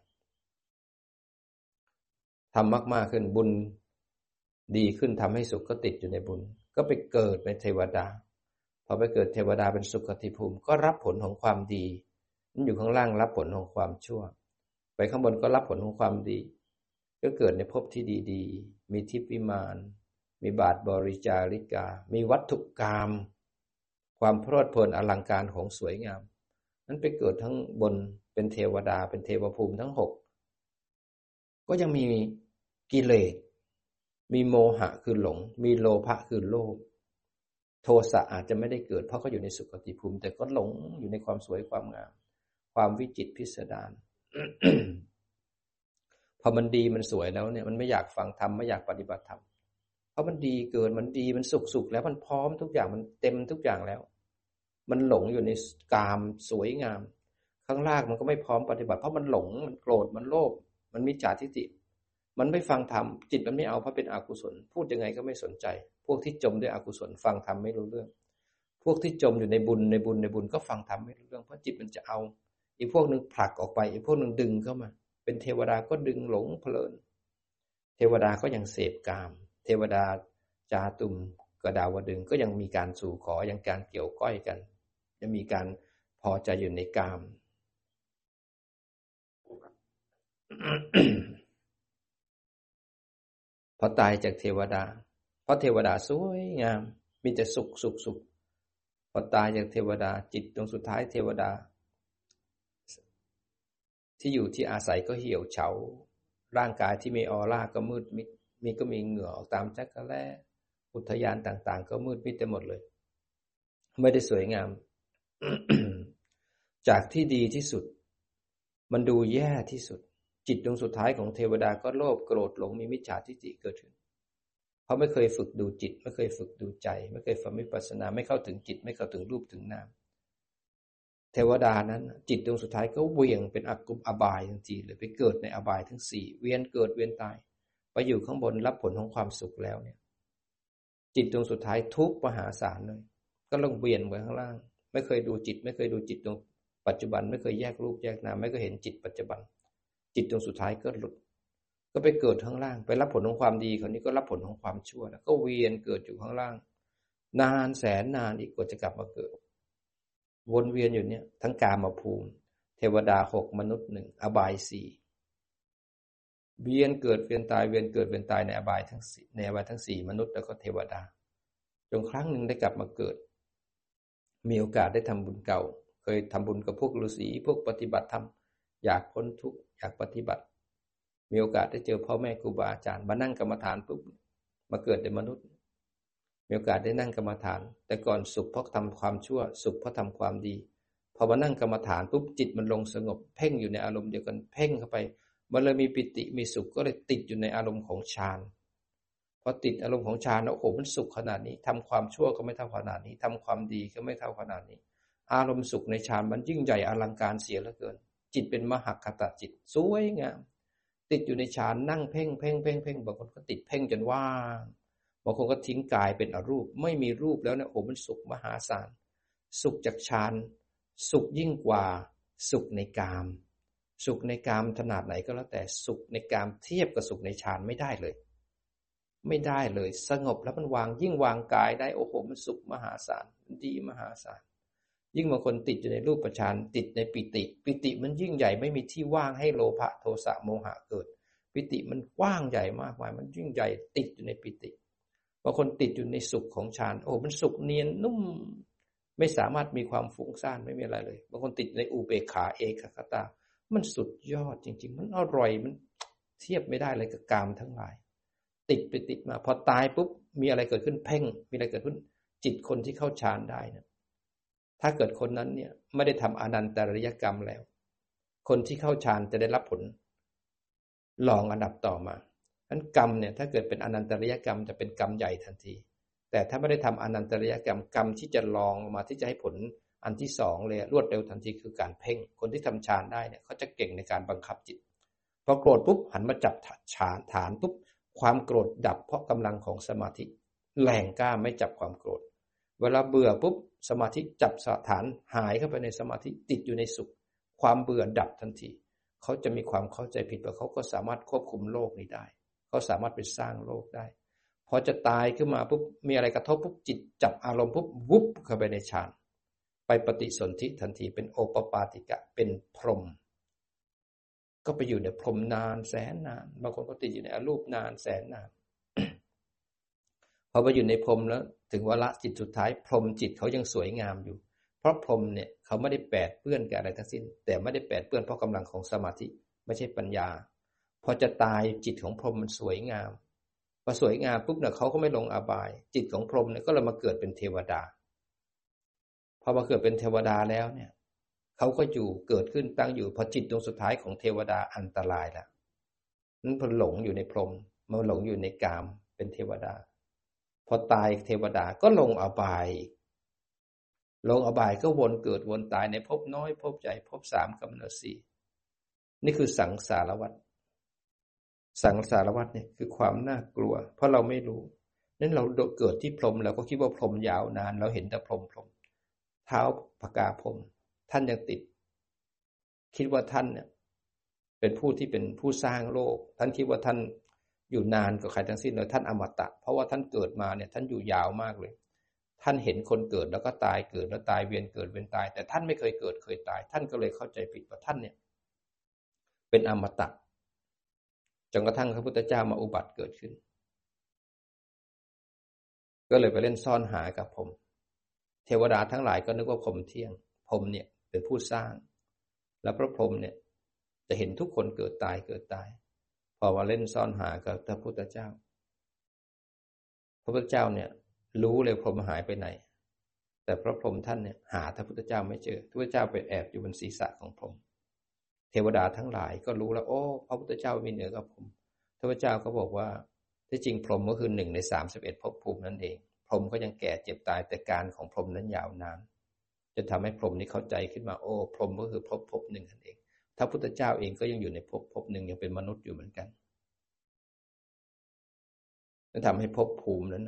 ทำมากๆขึ้นบุญดีขึ้นทำให้สุขก็ติดอยู่ในบุญก็ไปเกิดเป็นเทวดาพอไปเกิดเทวดาเป็นสุขติภูมิก็รับผลของความดีมันอยู่ข้างล่างรับผลของความชั่วไปข้างบนก็รับผลของความดีก็เกิดในภพที่ดีๆมีทิพย์วิมานมีบาทบริจาริกามีวัตถุกรรมความเพลิดเพลินอลังการของสวยงามนั้นไปเกิดทั้งบนเป็นเทวดาเป็นเทวภูมิทั้ง6ก็ยังมีกิเลสมีโมหะคือหลงมีโลภะคือโลภโทสะอาจจะไม่ได้เกิดเพราะเขาอยู่ในสุคติภูมิแต่ก็หลงอยู่ในความสวยความงามความวิจิตรพิสดารพอมันดีมันสวยแล้วเนี่ยมันไม่อยากฟังธรรมไม่อยากปฏิบัติธรรมเพราะมันดีเกินมันดีมันสุขแล้วมันพร้อมทุกอย่างมันเต็มทุกอย่างแล้วมันหลงอยู่ในกามสวยงามข้างล่างมันก็ไม่พร้อมปฏิบัติเพราะมันหลงมันโกรธมันโลภมันมิจฉาทิฏฐิมันไม่ฟังธรรมจิตมันไม่เอาเพราะเป็นอกุศลพูดยังไงก็ไม่สนใจพวกที่จมด้วยอกุศลฟังธรรมไม่รู้เรื่องพวกที่จมอยู่ในบุญก็ฟังธรรมไม่รู้เรื่องเพราะจิตมันจะเอาอีกพวกนึงผลักออกไปอีกพวกนึงดึงเข้ามาเป็นเทวดาก็ดึงหลงเพลินเทวดาก็ยังเสพกามเทวดาจาตุมกดาวดึงก็ยังมีการสู่ขอยังการเกี่ยวก้อยกันยังมีการพอใจอยู่ในกาม พอตายจากเทวดาเพราะเทวดาสวยงามมีแต่สุขพอตายจากเทวดาจิตดวงสุดท้ายเทวดาที่อยู่ที่อาศัยก็เหี่ยวเฉาร่างกายที่มีออร่าก็มืดมิดก็มีเหงื่อออกตามจักรแล้อุทยานต่างๆก็มืดมิดไปหมดเลยไม่ได้สวยงาม จากที่ดีที่สุดมันดูแย่ที่สุดจิตดวงสุดท้ายของเทวดาก็โลภโกรธหลงมีมิจฉาทิฏฐิเกิดขึ้นเพราะไม่เคยฝึกดูจิตไม่เคยฝึกดูใจไม่เคยฝึกวิปัสสนาไม่เข้าถึงจิตไม่เข้าถึงรูปถึงนามเทวดานั้นจิตดวงสุดท้ายก็เหวี่ยงเป็นอกุมอบายทันทีเลยไปเกิดในอบายทั้งสี่เวียนเกิดเวียนตายไปอยู่ข้างบนรับผลของความสุขแล้วเนี่ยจิตดวงสุดท้ายทุกข์มหาศาลเลยก็ลงเวียนไปข้างล่างไม่เคยดูจิตไม่เคยดูจิตดวงปัจจุบันไม่เคยแยกรูปแยกนามไม่เคยเห็นจิตปัจจุบันจิตดวงสุดท้ายก็หลุดก็ไปเกิดข้างล่างไปรับผลของความดีคราวนี้ก็รับผลของความชั่วแล้วก็เวียนเกิดอยู่ข้างล่างนานแสนนานอีกกว่าจะกลับมาเกิดวนเวียนอยู่เนี่ยทั้งกามภูมิเทวดา6มนุษย์1อบาย4เวียนเกิดเวียนตายเวียนเกิดเวียนตายในอบายทั้ง4ในอบายทั้ง4มนุษย์แล้วก็เทวดาจนครั้งหนึ่งได้กลับมาเกิดมีโอกาสได้ทำบุญเก่าเคยทำบุญกับพวกฤาษีพวกปฏิบัติธรรมอยากพ้นทุกข์อยากปฏิบัติมีโอกาสได้เจอพ่อแม่ครูบาอาจารย์มานั่งกรรมฐานปุ๊บมาเกิดเป็นมนุษย์มีโอกาสได้นั่งกรรมฐานแต่ก่อนสุขเพราะทำความชั่วสุขเพราะทำความดีพอมานั่งกรรมฐานปุ๊บจิตมันลงสงบเพ่งอยู่ในอารมณ์เดียวกันเพ่งเข้าไปมันเลยมีปิติมีสุขก็เลยติดอยู่ในอารมณ์ของฌานพอติดอารมณ์ของฌานแล้วโอ้โหมันสุขขนาดนี้ทำความชั่วก็ไม่เท่าขนาดนี้ทำความดีก็ไม่เท่าขนาดนี้อารมณ์สุขในฌานมันยิ่งใหญ่อลังการเสียเหลือเกินจิตเป็นมหคตจิตสวยงามติดอยู่ในฌานนั่งเพ่งบางคนก็ติดเพ่งจนว่างบางคนก็ทิ้งกายเป็นอรูปไม่มีรูปแล้วเนี่ยโอ้มันสุขมหาศาลสุขจากฌานสุขยิ่งกว่าสุขในกามสุขในกามขนาดไหนก็แล้วแต่สุขในกามเทียบกับสุขในฌานไม่ได้เลยสงบแล้วมันวางยิ่งวางกายได้โอ้โหมันสุขมหาศาลดีมหาศาลยิ่งบางคนติดอยู่ในรูปฌานติดในปิติมันยิ่งใหญ่ไม่มีที่ว่างให้โลภะโทสะโมหะเกิดปิติมันกว้างใหญ่มากมายมันยิ่งใหญ่ติดอยู่ในปิติบางคนติดอยู่ในสุขของฌานโอ้มันสุขเนียนนุ่มไม่สามารถมีความฟุ้งซ่านไม่มีอะไรเลยบางคนติดในอุเบกขาเอกคตามันสุดยอดจริงๆมันอร่อยมันเทียบไม่ได้เลยกับกามทั้งหลายติดไปติดมาพอตายปุ๊บมีอะไรเกิดขึ้นเพ่งมีอะไรเกิดขึ้นจิตคนที่เข้าฌานได้นะถ้าเกิดคนนั้นเนี่ยไม่ได้ทำอนันตริยกรรมแล้วคนที่เข้าฌานจะได้รับผลรองอันดับต่อมานั้นกรรมเนี่ยถ้าเกิดเป็นอนันตริยกรรมจะเป็นกรรมใหญ่ทันทีแต่ถ้าไม่ได้ทำอนันตริยกรรมกรรมที่จะรองมาที่จะให้ผลอันที่สองเลยรวดเร็วทันทีคือการเพ่งคนที่ทำฌานได้เนี่ยเขาจะเก่งในการบังคับจิตพอโกรธปุ๊บหันมาจับฐานปุ๊บความโกรธดับเพราะกำลังของสมาธิแรงกล้าไม่จับความโกรธเวลาเบื่อปุ๊บสมาธิจับฐานหายเข้าไปในสมาธิติดอยู่ในสุขความเบื่อดับทันทีเขาจะมีความเข้าใจผิดว่าเขาก็สามารถควบคุมโลกนี้ได้เขาสามารถไปสร้างโลกได้พอจะตายขึ้นมาปุ๊บมีอะไรกระทบปุ๊บจิตจับอารมณ์ปุ๊บวุบเข้าไปในฌานไปปฏิสนธิทันทีเป็นโอปปาติกะเป็นพรหมก็ไปอยู่ในพรหมนานแสนนานบางคนก็ติดอยู่ในอรูปนานแสนนาน พอไปอยู่ในพรหมแล้วถึงวาระจิตสุดท้ายพรหมจิตเขายังสวยงามอยู่เพราะพรหมเนี่ยเขาไม่ได้แปดเปื้อนกับอะไรทั้งสิ้นแต่ไม่ได้แปดเปื้อนเพราะกำลังของสมาธิไม่ใช่ปัญญาพอจะตายจิตของพรหมมันสวยงามพอสวยงามปุ๊บเนี่ยเขาก็ไม่ลงอบายจิตของพรหมเนี่ยก็เลยมาเกิดเป็นเทวดาพอมาเกิดเป็นเทวดาแล้วเนี่ยเขาก็อยู่เกิดขึ้นตั้งอยู่พอจิตดวงสุดท้ายของเทวดาอันตรายแล้วนั้นมันหลงอยู่ในพรหมมันหลงอยู่ในกามเป็นเทวดาพอตายเทวดาก็ลงอบายก็วนเกิดวนตายในภพน้อยภพใหญ่ภพ3กับ4นี่คือสังสารวัฏเนี่ยคือความน่ากลัวเพราะเราไม่รู้นั้นเราเกิดที่พรหมเราก็คิดว่าพรหมยาวนานเราเห็นแต่พรหมเท้าปกาพรหมท่านยังติดคิดว่าท่านเนี่ยเป็นผู้ที่เป็นผู้สร้างโลกท่านคิดว่าท่านอยู่นานกว่าใครทั้งสิ้นเลยท่านอมตะเพราะว่าท่านเกิดมาเนี่ยท่านอยู่ยาวมากเลยท่านเห็นคนเกิดแล้วก็ตายเกิดแล้วตายเวียนเกิดเวียนตายแต่ท่านไม่เคยเกิดเคยตายท่านก็เลยเข้าใจผิดว่าท่านเนี่ยเป็นอมตะจนกระทั่งพระพุทธเจ้ามาอุบัติเกิดขึ้นก็เลยไปเล่นซ่อนหากับพรหมเทวดาทั้งหลายก็นึกว่าพรหมเที่ยงพรหมเนี่ยเป็นผู้สร้างแล้วพระพรหมเนี่ยจะเห็นทุกคนเกิดตายพอมาเล่นซ่อนหากับพระพุทธเจ้าพระพุทธเจ้าเนี่ยรู้เลยพรหมหายไปไหนแต่พระพรหมท่านเนี่ยหาพระพุทธเจ้าไม่เจอพระพุทธเจ้าไปแอบอยู่บนศีรษะของพรหมเทวดาทั้งหลายก็รู้แล้วโอ้พระพุทธเจ้ามีเหนือกว่าพรหมพระพุทธเจ้าก็บอกว่าที่จริงพรหมก็คือ1ใน31ภพภูมินั่นเองพรหมก็ยังแก่เจ็บตายแต่การของพรหมนั้นยาวนานจะทำให้พรหมนี้เข้าใจขึ้นมาโอ้พรหมก็คือภพหนึ่งนั่นเองถ้าพุทธเจ้าเองก็ยังอยู่ในภพหนึ่งยังเป็นมนุษย์อยู่เหมือนกันจะทำให้ภพภูมินั้น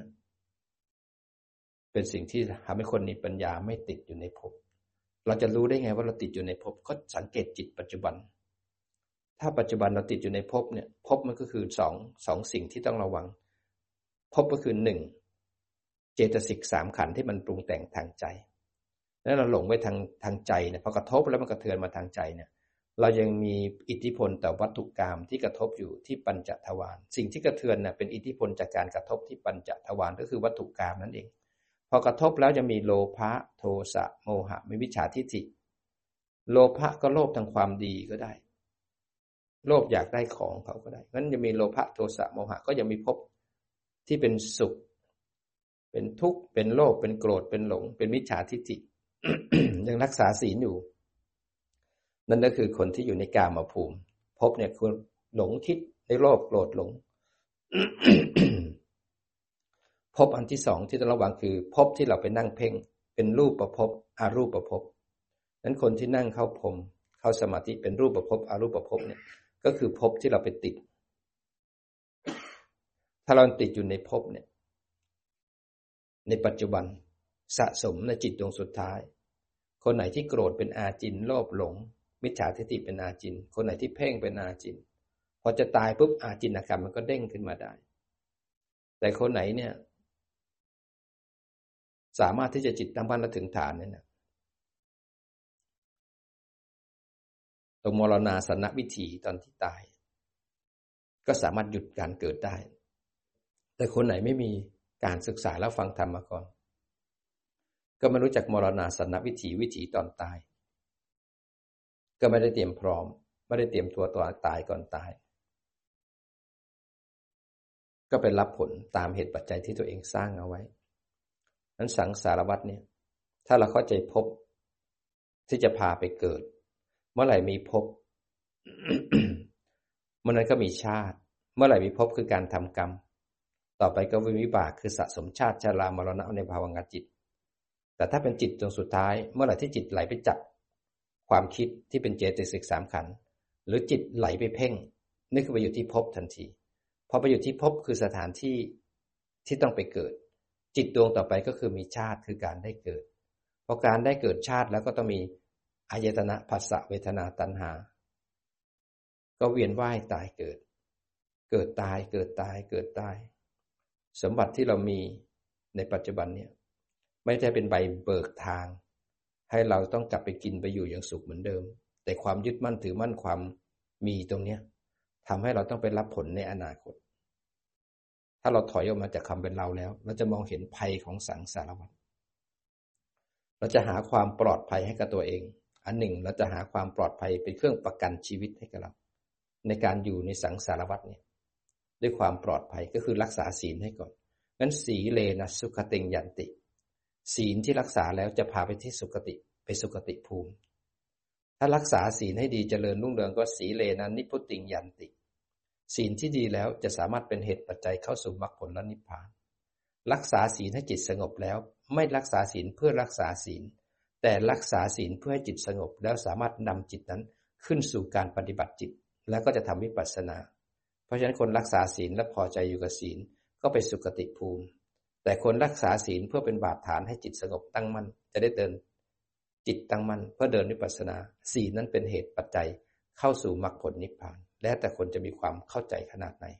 เป็นสิ่งที่ทำให้คนมีปัญญาไม่ติดอยู่ในภพเราจะรู้ได้ไงว่าเราติดอยู่ในภพก็สังเกตจิตปัจจุบันถ้าปัจจุบันเราติดอยู่ในภพเนี่ยภพมันก็คือสองสิ่งที่ต้องระวังภพก็คือ1เจตสิก3ขันธ์ที่มันปรุงแต่งทางใจแล้วเราหลงไว้ทางใจเนี่ยพอกระทบแล้วมันกระเทือนมาทางใจเนี่ยเรายังมีอิทธิพลต่อวัตถุกรรมที่กระทบอยู่ที่ปัญจทวารสิ่งที่กระเทือนน่ะเป็นอิทธิพลจากการกระทบที่ปัญจทวารก็คือวัตถุกรรมนั่นเองพอกระทบแล้วจะมีโลภะโทสะโมหะมีวิชชาทิฏฐิโลภะก็โลภทางความดีก็ได้โลภอยากได้ของเขาก็ได้งั้นจะมีโลภะโทสะโมหะก็ยังมีภพที่เป็นสุขเป็นทุกข์เป็นโลภเป็นโกรธเป็นหลงเป็นมิจฉาทิฏฐิ ยังรักษาศีลอยู่นั่นก็คือคนที่อยู่ในกามภูมิภพเนี่ยคือหลงทิศในโลภโกรธหลง ภพอันที่2ที่ต้องระวังคือภพที่เราไปนั่งเพ่งเป็นรูปประภพอรูปประภพนั้นคนที่นั่งเข้าพรหมเข้าสมาธิเป็นรูปประภพอรูปประภพเนี่ยก็คือภพที่เราไปติดถ้าเราติดอยู่ในภพเนี่ยในปัจจุบันสะสมในจิตดวงสุดท้ายคนไหนที่โกรธเป็นอาจินโลภหลงมิจฉาทิฏฐิเป็นอาจินคนไหนที่เพ่งเป็นอาจินพอจะตายปุ๊บอาจินกรรมมันก็เด้งขึ้นมาได้แต่คนไหนเนี่ยสามารถที่จะจิตตั้งมั่นและถึงฐานเนี่ยนะตรงมรณาสนวิถีตอนที่ตายก็สามารถหยุดการเกิดได้แต่คนไหนไม่มีการศึกษาแล้วฟังธรรมมาก่อนก็ไม่รู้จักมรณาสนวิถีตอนตายก็ไม่ได้เตรียมพร้อมไม่ได้เตรียมตัวตายก่อนตายก็เป็นรับผลตามเหตุปัจจัยที่ตัวเองสร้างเอาไว้นั้นสังสารวัฏเนี่ยถ้าเราเข้าใจภพที่จะพาไปเกิดเมื่อไหร่มีภพ เมื่อนั้นก็มีชาติเมื่อไหร่มีภพคือการทำกรรมต่อไปก็วิบากคือสะสมชาติชรามรณะในภาวะจิตแต่ถ้าเป็นจิตดวงสุดท้ายเมื่อไหร่ที่จิตไหลไปจับความคิดที่เป็นเจตสิก3ขันธ์หรือจิตไหลไปเพ่งนี่คือไปอยู่ที่ภพทันทีพอไปอยู่ที่ภพคือสถานที่ที่ต้องไปเกิดจิตดวงต่อไปก็คือมีชาติคือการได้เกิดพอการได้เกิดชาติแล้วก็ต้องมีอายตนะผัสสะเวทนาตัณหาก็เวียนว่ายตายเกิดตายเกิดตายเกิดตายสมบัติที่เรามีในปัจจุบันเนี่ยไม่ใช่เป็นใบเบิกทางให้เราต้องกลับไปกินไปอยู่อย่างสุขเหมือนเดิมแต่ความยึดมั่นถือมั่นความมีตรงเนี้ยทำให้เราต้องไปรับผลในอนาคตถ้าเราถอยออกมาจากคำเป็นเราแล้วเราจะมองเห็นภัยของสังสารวัฏเราจะหาความปลอดภัยให้กับตัวเองอันหนึ่งเราจะหาความปลอดภัยเป็นเครื่องประกันชีวิตให้กับเราในการอยู่ในสังสารวัฏเนี่ยด้วยความปลอดภัยก็คือรักษาศีลให้ก่อนงั้นสีเลนะสุขติงยันติศีลที่รักษาแล้วจะพาไปที่สุคติไปสุคติภูมิถ้ารักษาศีลให้ดีเจริญรุ่งเรืองก็สีเลนะนิพพุติงยันติศีลที่ดีแล้วจะสามารถเป็นเหตุปัจจัยเข้าสู่มรรคผลและนิพพานรักษาศีลให้จิตสงบแล้วไม่รักษาศีลเพื่อรักษาศีลแต่รักษาศีลเพื่อให้จิตสงบแล้วสามารถนำจิตนั้นขึ้นสู่การปฏิบัติจิตแล้วก็จะทำวิปัสสนาเพราะฉะนั้นคนรักษาศีลและพอใจอยู่กับศีลก็ไปสุคติภูมิแต่คนรักษาศีลเพื่อเป็นบาดฐานให้จิตสงบตั้งมั่นจะได้เดินจิตตั้งมั่นเพื่อเดินวิปัสสนาศีลนั้นเป็นเหตุปัจจัยเข้าสู่มรรคผลนิพพานแล้วแต่คนจะมีความเข้าใจขนาดไหน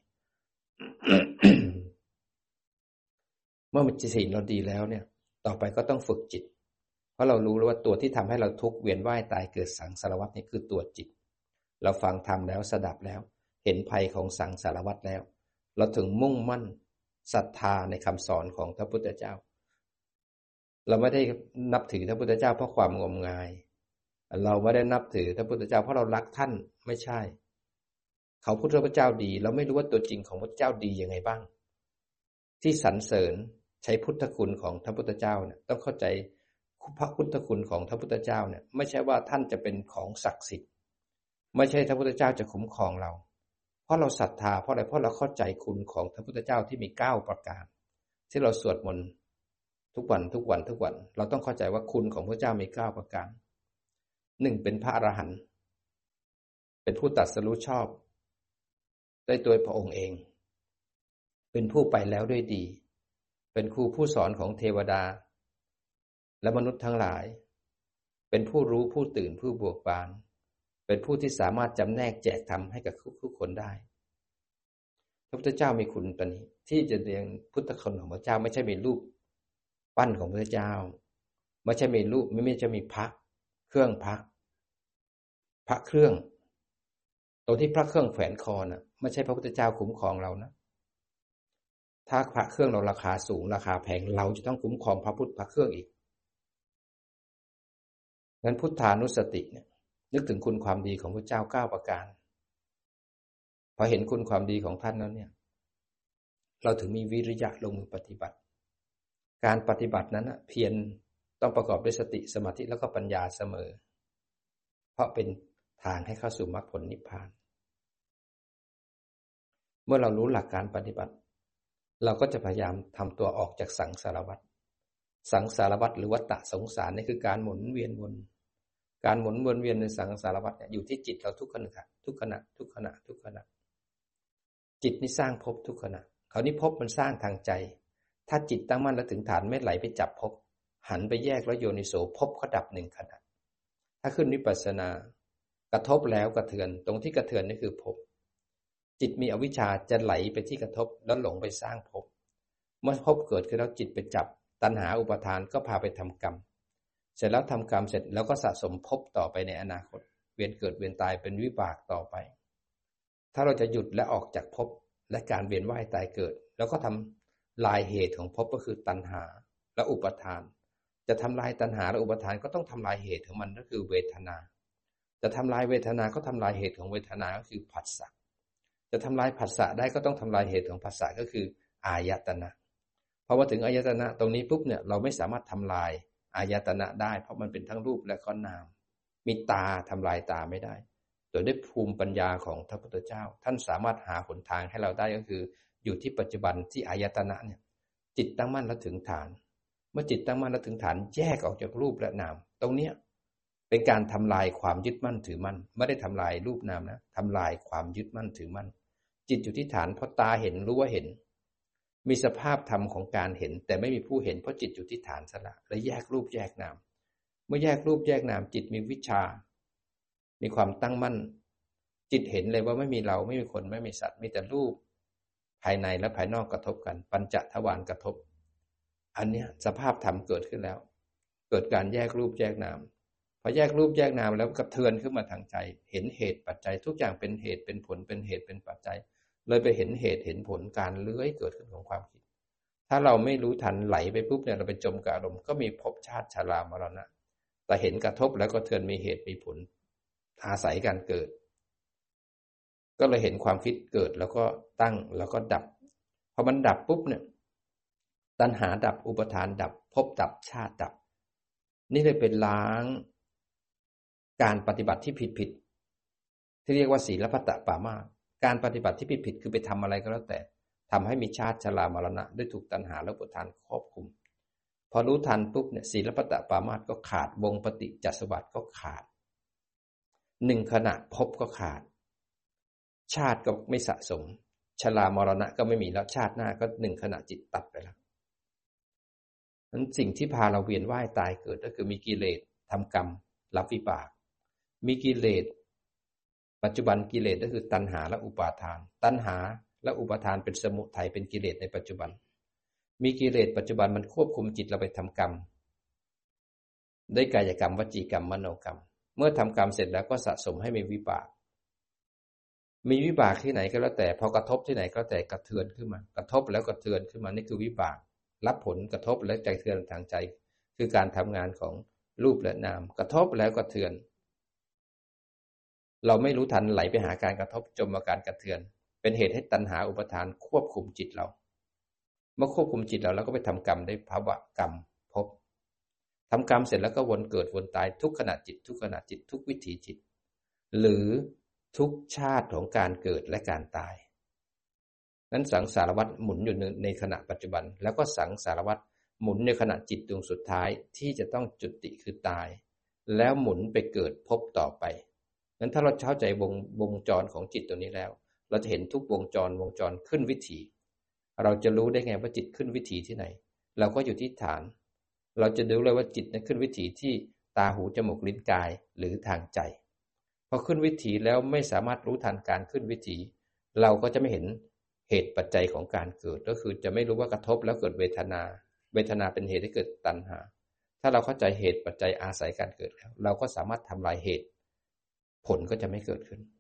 เมื่อมันศีลเราดีแล้วเนี่ยต่อไปก็ต้องฝึกจิตเพราะเรารู้แล้วว่าตัวที่ทำให้เราทุกข์เวียนว่ายตายเกิดสังสารวัฏนี่คือตัวจิตเราฟังธรรมแล้วสดับแล้วเห็นภัยของสังสารวัฏแล้วเราถึงมุ่งมั่นศรัทธาในคำสอนของพระพุทธเจ้าเราไม่ได้นับถือพระพุทธเจ้าเพราะความงมงายเราไม่ได้นับถือพระพุทธเจ้าเพราะเรารักท่านไม่ใช่เขาพุทธเจ้าดีเราไม่รู้ว่าตัวจริงของพระเจ้าดียังไงบ้างที่สรรเสริญใช้พุทธคุณของพระพุทธเจ้าเนี่ยต้องเข้าใจพระพุทธคุณของพระพุทธเจ้าเนี่ยไม่ใช่ว่าท่านจะเป็นของศักดิ์สิทธิ์ไม่ใช่พระพุทธเจ้าจะคุ้มครองเราเพราะเราศรัทธาเพราะอะไรเพราะเราเข้าใจคุณของพระพุทธเจ้าที่มี9ประการที่เราสวดมนต์ทุกวันเราต้องเข้าใจว่าคุณของพระเจ้ามี9ประการ1เป็นพระอรหันต์เป็นผู้ตรัสรู้ชอบได้โดยพระองค์เองเป็นผู้ไปแล้วด้วยดีเป็นครูผู้สอนของเทวดาและมนุษย์ทั้งหลายเป็นผู้รู้ผู้ตื่นผู้เบิกบานเป็นผู้ที่สามารถจำแนกแจกธรรมให้กับทุกคนได้พระพุทธเจ้ามีคุณตอนนี้ที่จะเรียนพุทธคุณของพระเจ้าไม่ใช่มีรูปปั้นของพระเจ้าไม่ใช่มีรูปไม่ใช่มีพระเครื่องพระเครื่องตรงที่พระเครื่องแขวนคอน่ะไม่ใช่พระพุทธเจ้าคุ้มครองเรานะถ้าพระเครื่องเราราคาสูงราคาแพงเราจะต้องคุ้มครองพระเครื่องอีกงั้นพุทธานุสติเนี่ยนึกถึงคุณความดีของพระเจ้า9ประการพอเห็นคุณความดีของท่านแล้วเนี่ยเราถึงมีวิริยะลงมือปฏิบัติการปฏิบัตินั้นเพียรต้องประกอบด้วยสติสมาธิแล้วก็ปัญญาเสมอเพราะเป็นทางให้เข้าสู่มรรคผลนิพพานเมื่อเรารู้หลักการปฏิบัติเราก็จะพยายามทำตัวออกจากสังสารวัฏสังสารวัฏหรือวัฏสงสารนี่คือการหมุนเวียนวนการหมุนวนเวียนในสังสารวัฏเนี่ยอยู่ที่จิตเราทุกขณะจิตนี่สร้างภพทุกขณะคราวนี้ภพมันสร้างทางใจถ้าจิตตั้งมั่นแล้วถึงฐานไม่ไหลไปจับภพหันไปแยกแล้วโยนิโสภพก็ดับ1ขณะถ้าขึ้นวิปัสสนากระทบแล้วกระเทือนตรงที่กระเทือนนี่คือภพจิตมีอวิชชาจะไหลไปที่กระทบแล้วหลงไปสร้างภพเมื่อภพเกิดขึ้นแล้วจิตไปจับตัณหาอุปาทานก็พาไปทำกรรมเสร็จแล้วทำกรรมเสร็จแล้วก็สะสมภพต่อไปในอนาคตเวียนเกิดเวียนตายเป็นวิบากต่อไปถ้าเราจะหยุดและออกจากภพและการเวียนว่ายตายเกิดแล้วก็ทำลายเหตุของภพก็คือตัณหาและอุปาทานจะทำลายตัณหาและอุปาทานก็ต้องทำลายเหตุของมันก็คือเวทนาจะทำลายเวทนาก็ทำลายเหตุของเวทนาก็คือผัสสะจะทำลายผัสสะได้ก็ต้องทำลายเหตุของผัสสะก็คืออายตนะพอมาถึงอายตนะตรงนี้ปุ๊บเนี่ยเราไม่สามารถทำลายอายตนะได้เพราะมันเป็นทั้งรูปและก็นามมีตาทำลายตาไม่ได้โดยด้วยภูมิปัญญาของพระพุทธเจ้าท่านสามารถหาหนทางให้เราได้ก็คืออยู่ที่ปัจจุบันที่อายตนะเนี่ยจิตตั้งมั่นแล้วถึงฐานเมื่อจิตตั้งมั่นแล้วถึงฐานแยกออกจากรูปและนามตรงเนี้ยเป็นการทำลายความยึดมั่นถือมั่นไม่ได้ทำลายรูปนามนะทำลายความยึดมั่นถือมั่นจิตอยู่ที่ฐานพอตาเห็นรู้ว่าเห็นมีสภาพธรรมของการเห็นแต่ไม่มีผู้เห็นเพราะจิตอยู่ที่ฐานซะละและแยกรูปแยกนามเมื่อแยกรูปแยกนามจิตมีวิชามีความตั้งมั่นจิตเห็นเลยว่าไม่มีเราไม่มีคนไม่มีสัตว์มีแต่รูปภายในและภายนอกกระทบกันปัญจทวารกระทบอันเนี้ยสภาพธรรมเกิดขึ้นแล้วเกิดการแยกรูปแยกนามพอแยกรูปแยกนามแล้วกระเทือนขึ้นมาทางใจเห็นเหตุปัจจัยทุกอย่างเป็นเหตุเป็นผลเป็นเหตุเป็นปัจจัยเลยไปเห็นเหตุเห็นผลการเลื้อยเกิดขึ้นของความคิดถ้าเราไม่รู้ทันไหลไปปุ๊บเนี่ยเราไปจมกับอารมณ์ก็มีภพชาติชรามรณะแต่เห็นกระทบแล้วก็เทือนมีเหตุมีผลอาศัยการเกิดก็เลยเห็นความคิดเกิดแล้วก็ตั้งแล้วก็ดับพอมันดับปุ๊บเนี่ยตัณหาดับอุปทานดับภพดับชาติดับนี่เลยเป็นล้างการปฏิบัติที่ผิดที่เรียกว่าศีลพัตตปามาสการปฏิบัติที่ผิดคือไปทำอะไรก็แล้วแต่ทำให้มีชาติชรามรณะด้วยถูกตัณหาและอุปทานครอบคุมพอรู้ทันปุ๊บเนี่ยศีลปตปามาสก็ขาดวงปฏิจจสมบัติก็ขาด1 ขณะภพก็ขาดชาติก็ไม่สะสมชรามรณะก็ไม่มีแล้วชาติหน้าก็1 ขณะจิตตัดไปแล้วนั้นสิ่งที่พาเราเวียนว่ายตายเกิดก็คือมีกิเลสทำกรรมรับวิบากมีกิเลสปัจจุบันกิเลสก็คือตัณหาและอุปาทานตัณหาและอุปาทานเป็นสมุทัยเป็นกิเลสในปัจจุบันมีกิเลสปัจจุบันมันควบคุมจิตเราไปทำกรรมด้วยกายกรรมวจีกรรมมโนกรรมเมื่อทำกรรมเสร็จแล้วก็สะสมให้มีวิบากมีวิบากที่ไหนก็แล้วแต่พอกระทบที่ไหนก็แต่กระเทือนขึ้นมากระทบแล้วกระเทือนขึ้นมานี่คือวิบากรับผลกระทบและใจเทือนทางใจคือการทำงานของรูปและนามกระทบแล้วกระเทือนเราไม่รู้ทันไหลไปหาการกระทบจมมาการกระเทือนเป็นเหตุให้ตัณหาอุปทานควบคุมจิตเราเมื่อควบคุมจิตเราก็ไปทำกรรมได้ภวกรรมภพทำกรรมเสร็จแล้วก็วนเกิดวนตายทุกขณะจิตทุกขณะจิตทุกวิถีจิตหรือทุกชาติของการเกิดและการตายนั้นสังสารวัฏหมุนอยู่ในขณะปัจจุบันแล้วก็สังสารวัฏหมุนในขณะจิตดวงสุดท้ายที่จะต้องจุติคือตายแล้วหมุนไปเกิดภพต่อไปนั้นถ้าเราเข้าใจวงจรของจิตตัวนี้แล้วเราจะเห็นทุกวงจรขึ้นวิถีเราจะรู้ได้ไงว่าจิตขึ้นวิถีที่ไหนเราก็อยู่ที่ฐานเราจะรู้เลยว่าจิตนั้นขึ้นวิถีที่ตาหูจมูกลิ้นกายหรือทางใจพอขึ้นวิถีแล้วไม่สามารถรู้ทันการขึ้นวิถีเราก็จะไม่เห็นเหตุปัจจัยของการเกิดก็คือจะไม่รู้ว่ากระทบแล้วเกิดเวทนาเป็นเหตุให้เกิดตัณหาถ้าเราเข้าใจเหตุปัจจัยอาศัยการเกิดแล้วเราก็สามารถทำลายเหตุผลก็จะไม่เกิดขึ้น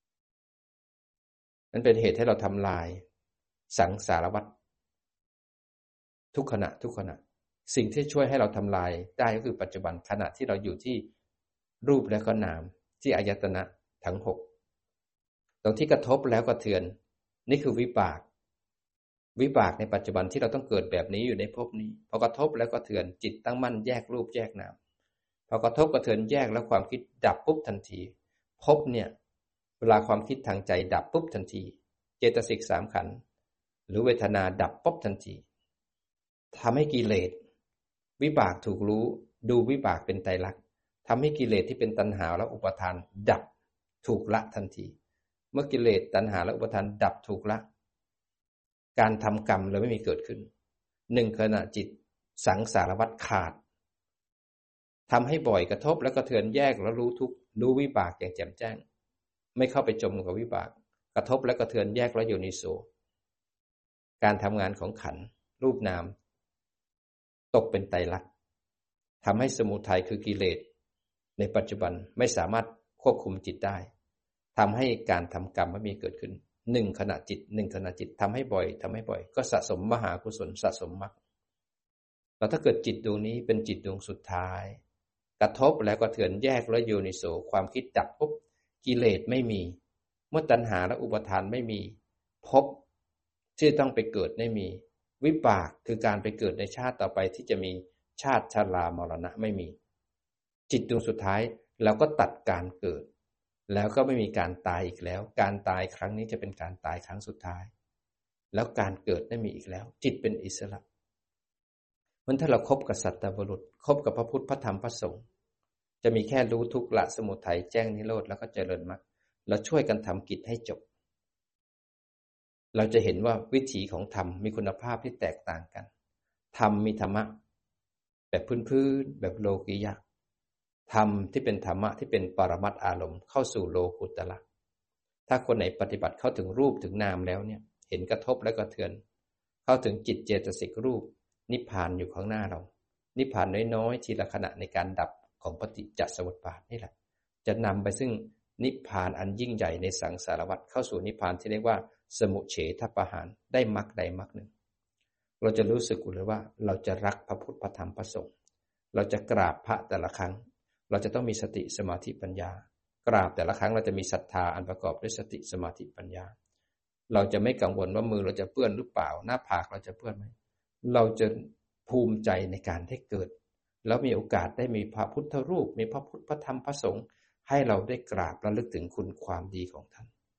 นั่นเป็นเหตุให้เราทำลายสังสารวัฏทุกขณะสิ่งที่ช่วยให้เราทำลายได้ก็คือปัจจุบันขณะที่เราอยู่ที่รูปและก็นามที่อายตนะทั้ง6ตรงที่กระทบแล้วก็เทือนนี่คือวิบากในปัจจุบันที่เราต้องเกิดแบบนี้อยู่ในภพนี้พอกระทบแล้วก็เทือนจิตตั้งมั่นแยกรูปแยกนามพอกระทบกระเทือนแยกแล้วความคิดดับปุ๊บทันทีภพเนี่ยเวลาความคิดทางใจดับปุ๊บทันทีเจตสิก3 ขันธ์หรือเวทนาดับปุ๊บทันทีทำให้กิเลสวิบากถูกรู้ดูวิบากเป็นไตรลักษณ์ทำให้กิเลสที่เป็นตัณหาและอุปาทานดับถูกละทันทีเมื่อกิเลสตัณหาและอุปาทานดับถูกละการทำกรรมเลยไม่มีเกิดขึ้น1 ขณะจิตสังสารวัฏขาดทำให้บ่อยกระทบแล้วกระเทือนแยกแล้วรู้ทุกรู้วิบากอย่างแจ่มแจ้งไม่เข้าไปจมกับวิบากกระทบและกระเทือนแยกแล้วโยนิโสการทำงานของขันธ์รูปนามตกเป็นไตรลักษณ์ทำให้สมุทัยคือกิเลสในปัจจุบันไม่สามารถควบคุมจิตได้ทำให้การทำกรรมไม่มีเกิดขึ้น1 ขณะจิตทำให้บ่อยก็สะสมมหากุศลสะสมมรรคแล้วถ้าเกิดจิตดวงนี้เป็นจิตดวงสุดท้ายกระทบแล้วก็เถือนแยกแล้วโยนิโสความคิดดับปุ๊บกิเลสไม่มีเมื่อตัณหาและอุปาทานไม่มีภพที่ต้องไปเกิดไม่มีวิบากคือการไปเกิดในชาติต่อไปที่จะมีชาติชรามรณะไม่มีจิตดวงสุดท้ายเราก็ตัดการเกิดแล้วก็ไม่มีการตายอีกแล้วการตายครั้งนี้จะเป็นการตายครั้งสุดท้ายแล้วการเกิดไม่มีอีกแล้วจิตเป็นอิสระมันถ้าเราคบกับสัตตบุรุษคบกับพระพุทธพระธรรมพระสงฆ์จะมีแค่รู้ทุกข์ละสมุทัยแจ้งนิโรธแล้วก็เจริญมรรคแล้วช่วยกันทำกิจให้จบเราจะเห็นว่าวิถีของธรรมมีคุณภาพที่แตกต่างกันธรรมมีธรรมะแบบพื้นๆแบบโลกียะธรรมที่เป็นธรรมะที่เป็นปรมัตถ์อารมณ์เข้าสู่โลกุตระถ้าคนไหนปฏิบัติเข้าถึงรูปถึงนามแล้วเนี่ยเห็นกระทบและกระเทือนเข้าถึงจิตเจตสิกรูปนิพพานอยู่ข้างหน้าเรานิพพานน้อยๆทีละขณะในการดับของปฏิจจสมุปบาทนี่แหละจะนำไปซึ่งนิพพานอันยิ่งใหญ่ในสังสารวัฏเข้าสู่นิพพานที่เรียกว่าสมุเฉทปหานได้มรรคใดมรรคหนึ่งเราจะรู้สึกเลยว่าเราจะรักพระพุทธพระธรรมพระสงฆ์เราจะกราบพระแต่ละครั้งเราจะต้องมีสติสมาธิปัญญากราบแต่ละครั้งเราจะมีศรัทธาอันประกอบด้วยสติสมาธิปัญญาเราจะไม่กังวลว่ามือเราจะเปื้อนหรือเปล่าหน้าผากเราจะเปื้อนไหมเราจะภูมิใจในการได้เกิดแล้วมีโอกาสได้มีพระพุทธรูปมีพระพุทธพระธรรมพระสงฆ์ให้เราได้กราบระลึกถึงคุณความดีของท่าน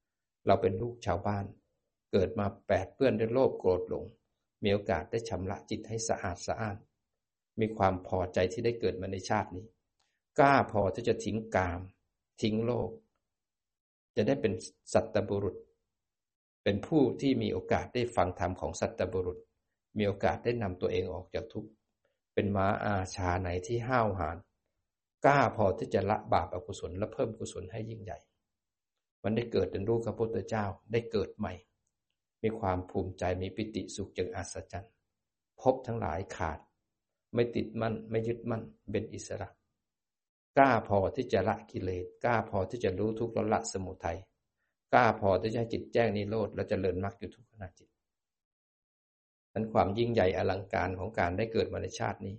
เราเป็นลูกชาวบ้านเกิดมาแปดเปื้อนด้วยโลภโกรธหลงมีโอกาสได้ชำระจิตให้สะอาดสะอ้านมีความพอใจที่ได้เกิดมาในชาตินี้กล้าพอที่จะทิ้งกามทิ้งโลกจะได้เป็นสัตตบุรุษเป็นผู้ที่มีโอกาสได้ฟังธรรมของสัตตบุรุษมีโอกาสได้นำตัวเองออกจากทุกข์เป็นม้าอาชาไหนที่ห้าวหาญกล้าพอที่จะละบาปอกุศลและเพิ่มกุศลให้ยิ่งใหญ่มันได้เกิดเป็นลูกพระพุทธเจ้าได้เกิดใหม่มีความภูมิใจมีปิติสุขอย่างอัศจรรย์ภพทั้งหลายขาดไม่ติดมั่นไม่ยึดมั่นเป็นอิสระกล้าพอที่จะละกิเลสกล้าพอที่จะรู้ทุกข์และละสมุทัยกล้าพอที่จะให้จิตแจ้งนิโรธและเจริญมรรคอยู่ทุกขณะจิตนั้นความยิ่งใหญ่อลังการของการได้เกิดมาในชาตินี้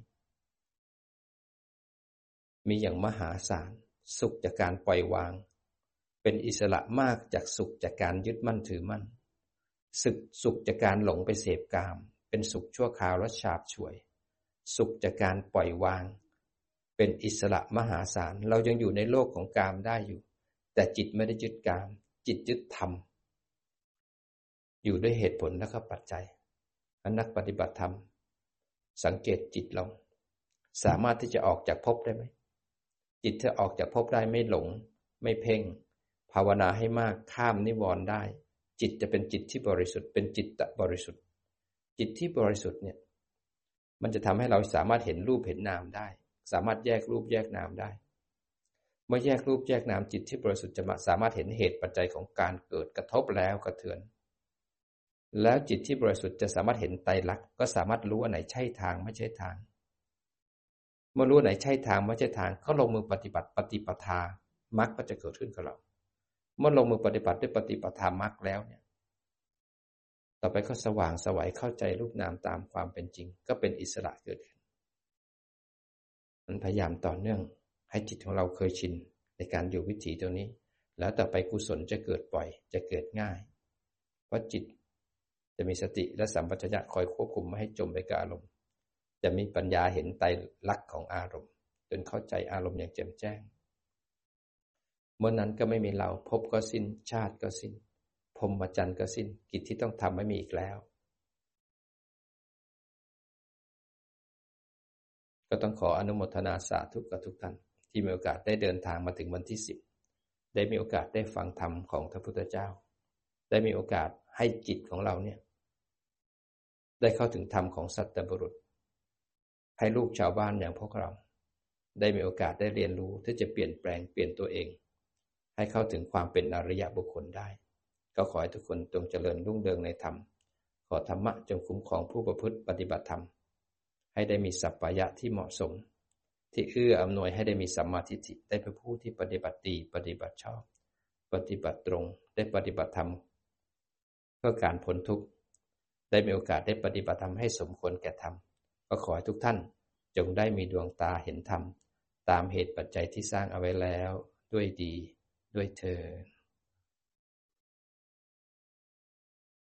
มีอย่างมหาศาลสุขจากการปล่อยวางเป็นอิสระมากจากสุขจากการยึดมั่นถือมั่นสุขจากการหลงไปเสพกามเป็นสุขชั่วคราวและฉาบฉวยสุขจากการปล่อยวางเป็นอิสระมหาศาลเรายังอยู่ในโลกของกามได้อยู่แต่จิตไม่ได้ยึดกามจิตยึดธรรมอยู่ด้วยเหตุผลและก็ปัจจัยนักปฏิบัติธรรมสังเกตจิตเราสามารถที่จะออกจากภพได้ไหมจิตถ้าออกจากภพได้ไม่หลงไม่เพ่งภาวนาให้มากข้ามนิวรณ์ได้จิตจะเป็นจิตที่บริสุทธิ์เป็นจิตตบริสุทธิ์จิตที่บริสุทธิ์เนี่ยมันจะทำให้เราสามารถเห็นรูปเห็นนามได้สามารถแยกรูปแยกนามได้เมื่อแยกรูปแยกนามจิตที่บริสุทธิ์จะสามารถเห็นเหตุปัจจัยของการเกิดกระทบแล้วกระเทือนแล้วจิตที่บริสุทธิ์จะสามารถเห็นไตรลักษณ์ก็สามารถรู้อันไหนใช่ทางไม่ใช่ทางเมื่อรู้อันไหนใช่ทางไม่ใช่ทางเขาลงมือปฏิบัติปฏิปทามรรคก็จะเกิดขึ้นกับเราเมื่อลงมือปฏิบัติด้วยปฏิปทามรรคแล้วเนี่ยต่อไปก็สว่างไสวเข้าใจรูปนามตามความเป็นจริงก็เป็นอิสระเกิดขึ้นมันพยายามต่อเนื่องให้จิตของเราเคยชินในการอยู่วิถีตรงนี้แล้วต่อไปกุศลจะเกิดบ่อยจะเกิดง่ายเพราะจิตจะมีสติและสัมปชัญญะคอยควบคุมไม่ให้จมไปกับอารมณ์จะมีปัญญาเห็นไตรลักษณ์ของอารมณ์จนเข้าใจอารมณ์อย่างแจ่มแจ้งเมื่อนั้นก็ไม่มีเราภพก็สิ้นชาติก็สิ้นพรหมจรรย์ก็สิ้นกิจที่ต้องทำไม่มีอีกแล้วก็ต้องขออนุโมทนาสาธุกับทุกท่านที่มีโอกาสได้เดินทางมาถึงวันที่10ได้มีโอกาสได้ฟังธรรมของพระพุทธเจ้าได้มีโอกาสให้จิตของเราเนี่ยได้เข้าถึงธรรมของสัตตบุรุษให้ลูกชาวบ้านอย่างพวกเราได้มีโอกาสได้เรียนรู้ที่จะเปลี่ยนแปลงเปลี่ยนตัวเองให้เข้าถึงความเป็นอริยบุคคลได้ก็ขอให้ทุกคนจงเจริญรุ่งเรืองในธรรมขอธรรมะจงคุ้มครองผู้ประพฤติปฏิบัติธรรมให้ได้มีสัพพยะที่เหมาะสมที่เอื้ออำนวยให้ได้มีสัมมาทิฏฐิได้เป็นผู้ที่ปฏิบัติดีปฏิบัติชอบปฏิบัติตรงได้ปฏิบัติธรรมเพื่อการพ้นทุกข์ได้มีโอกาสได้ปฏิบัติธรรมให้สมควรแก่ธรรมก็ขอให้ทุกท่านจงได้มีดวงตาเห็นธรรมตามเหตุปัจจัยที่สร้างเอาไว้แล้วด้วยดีด้วยเทอญ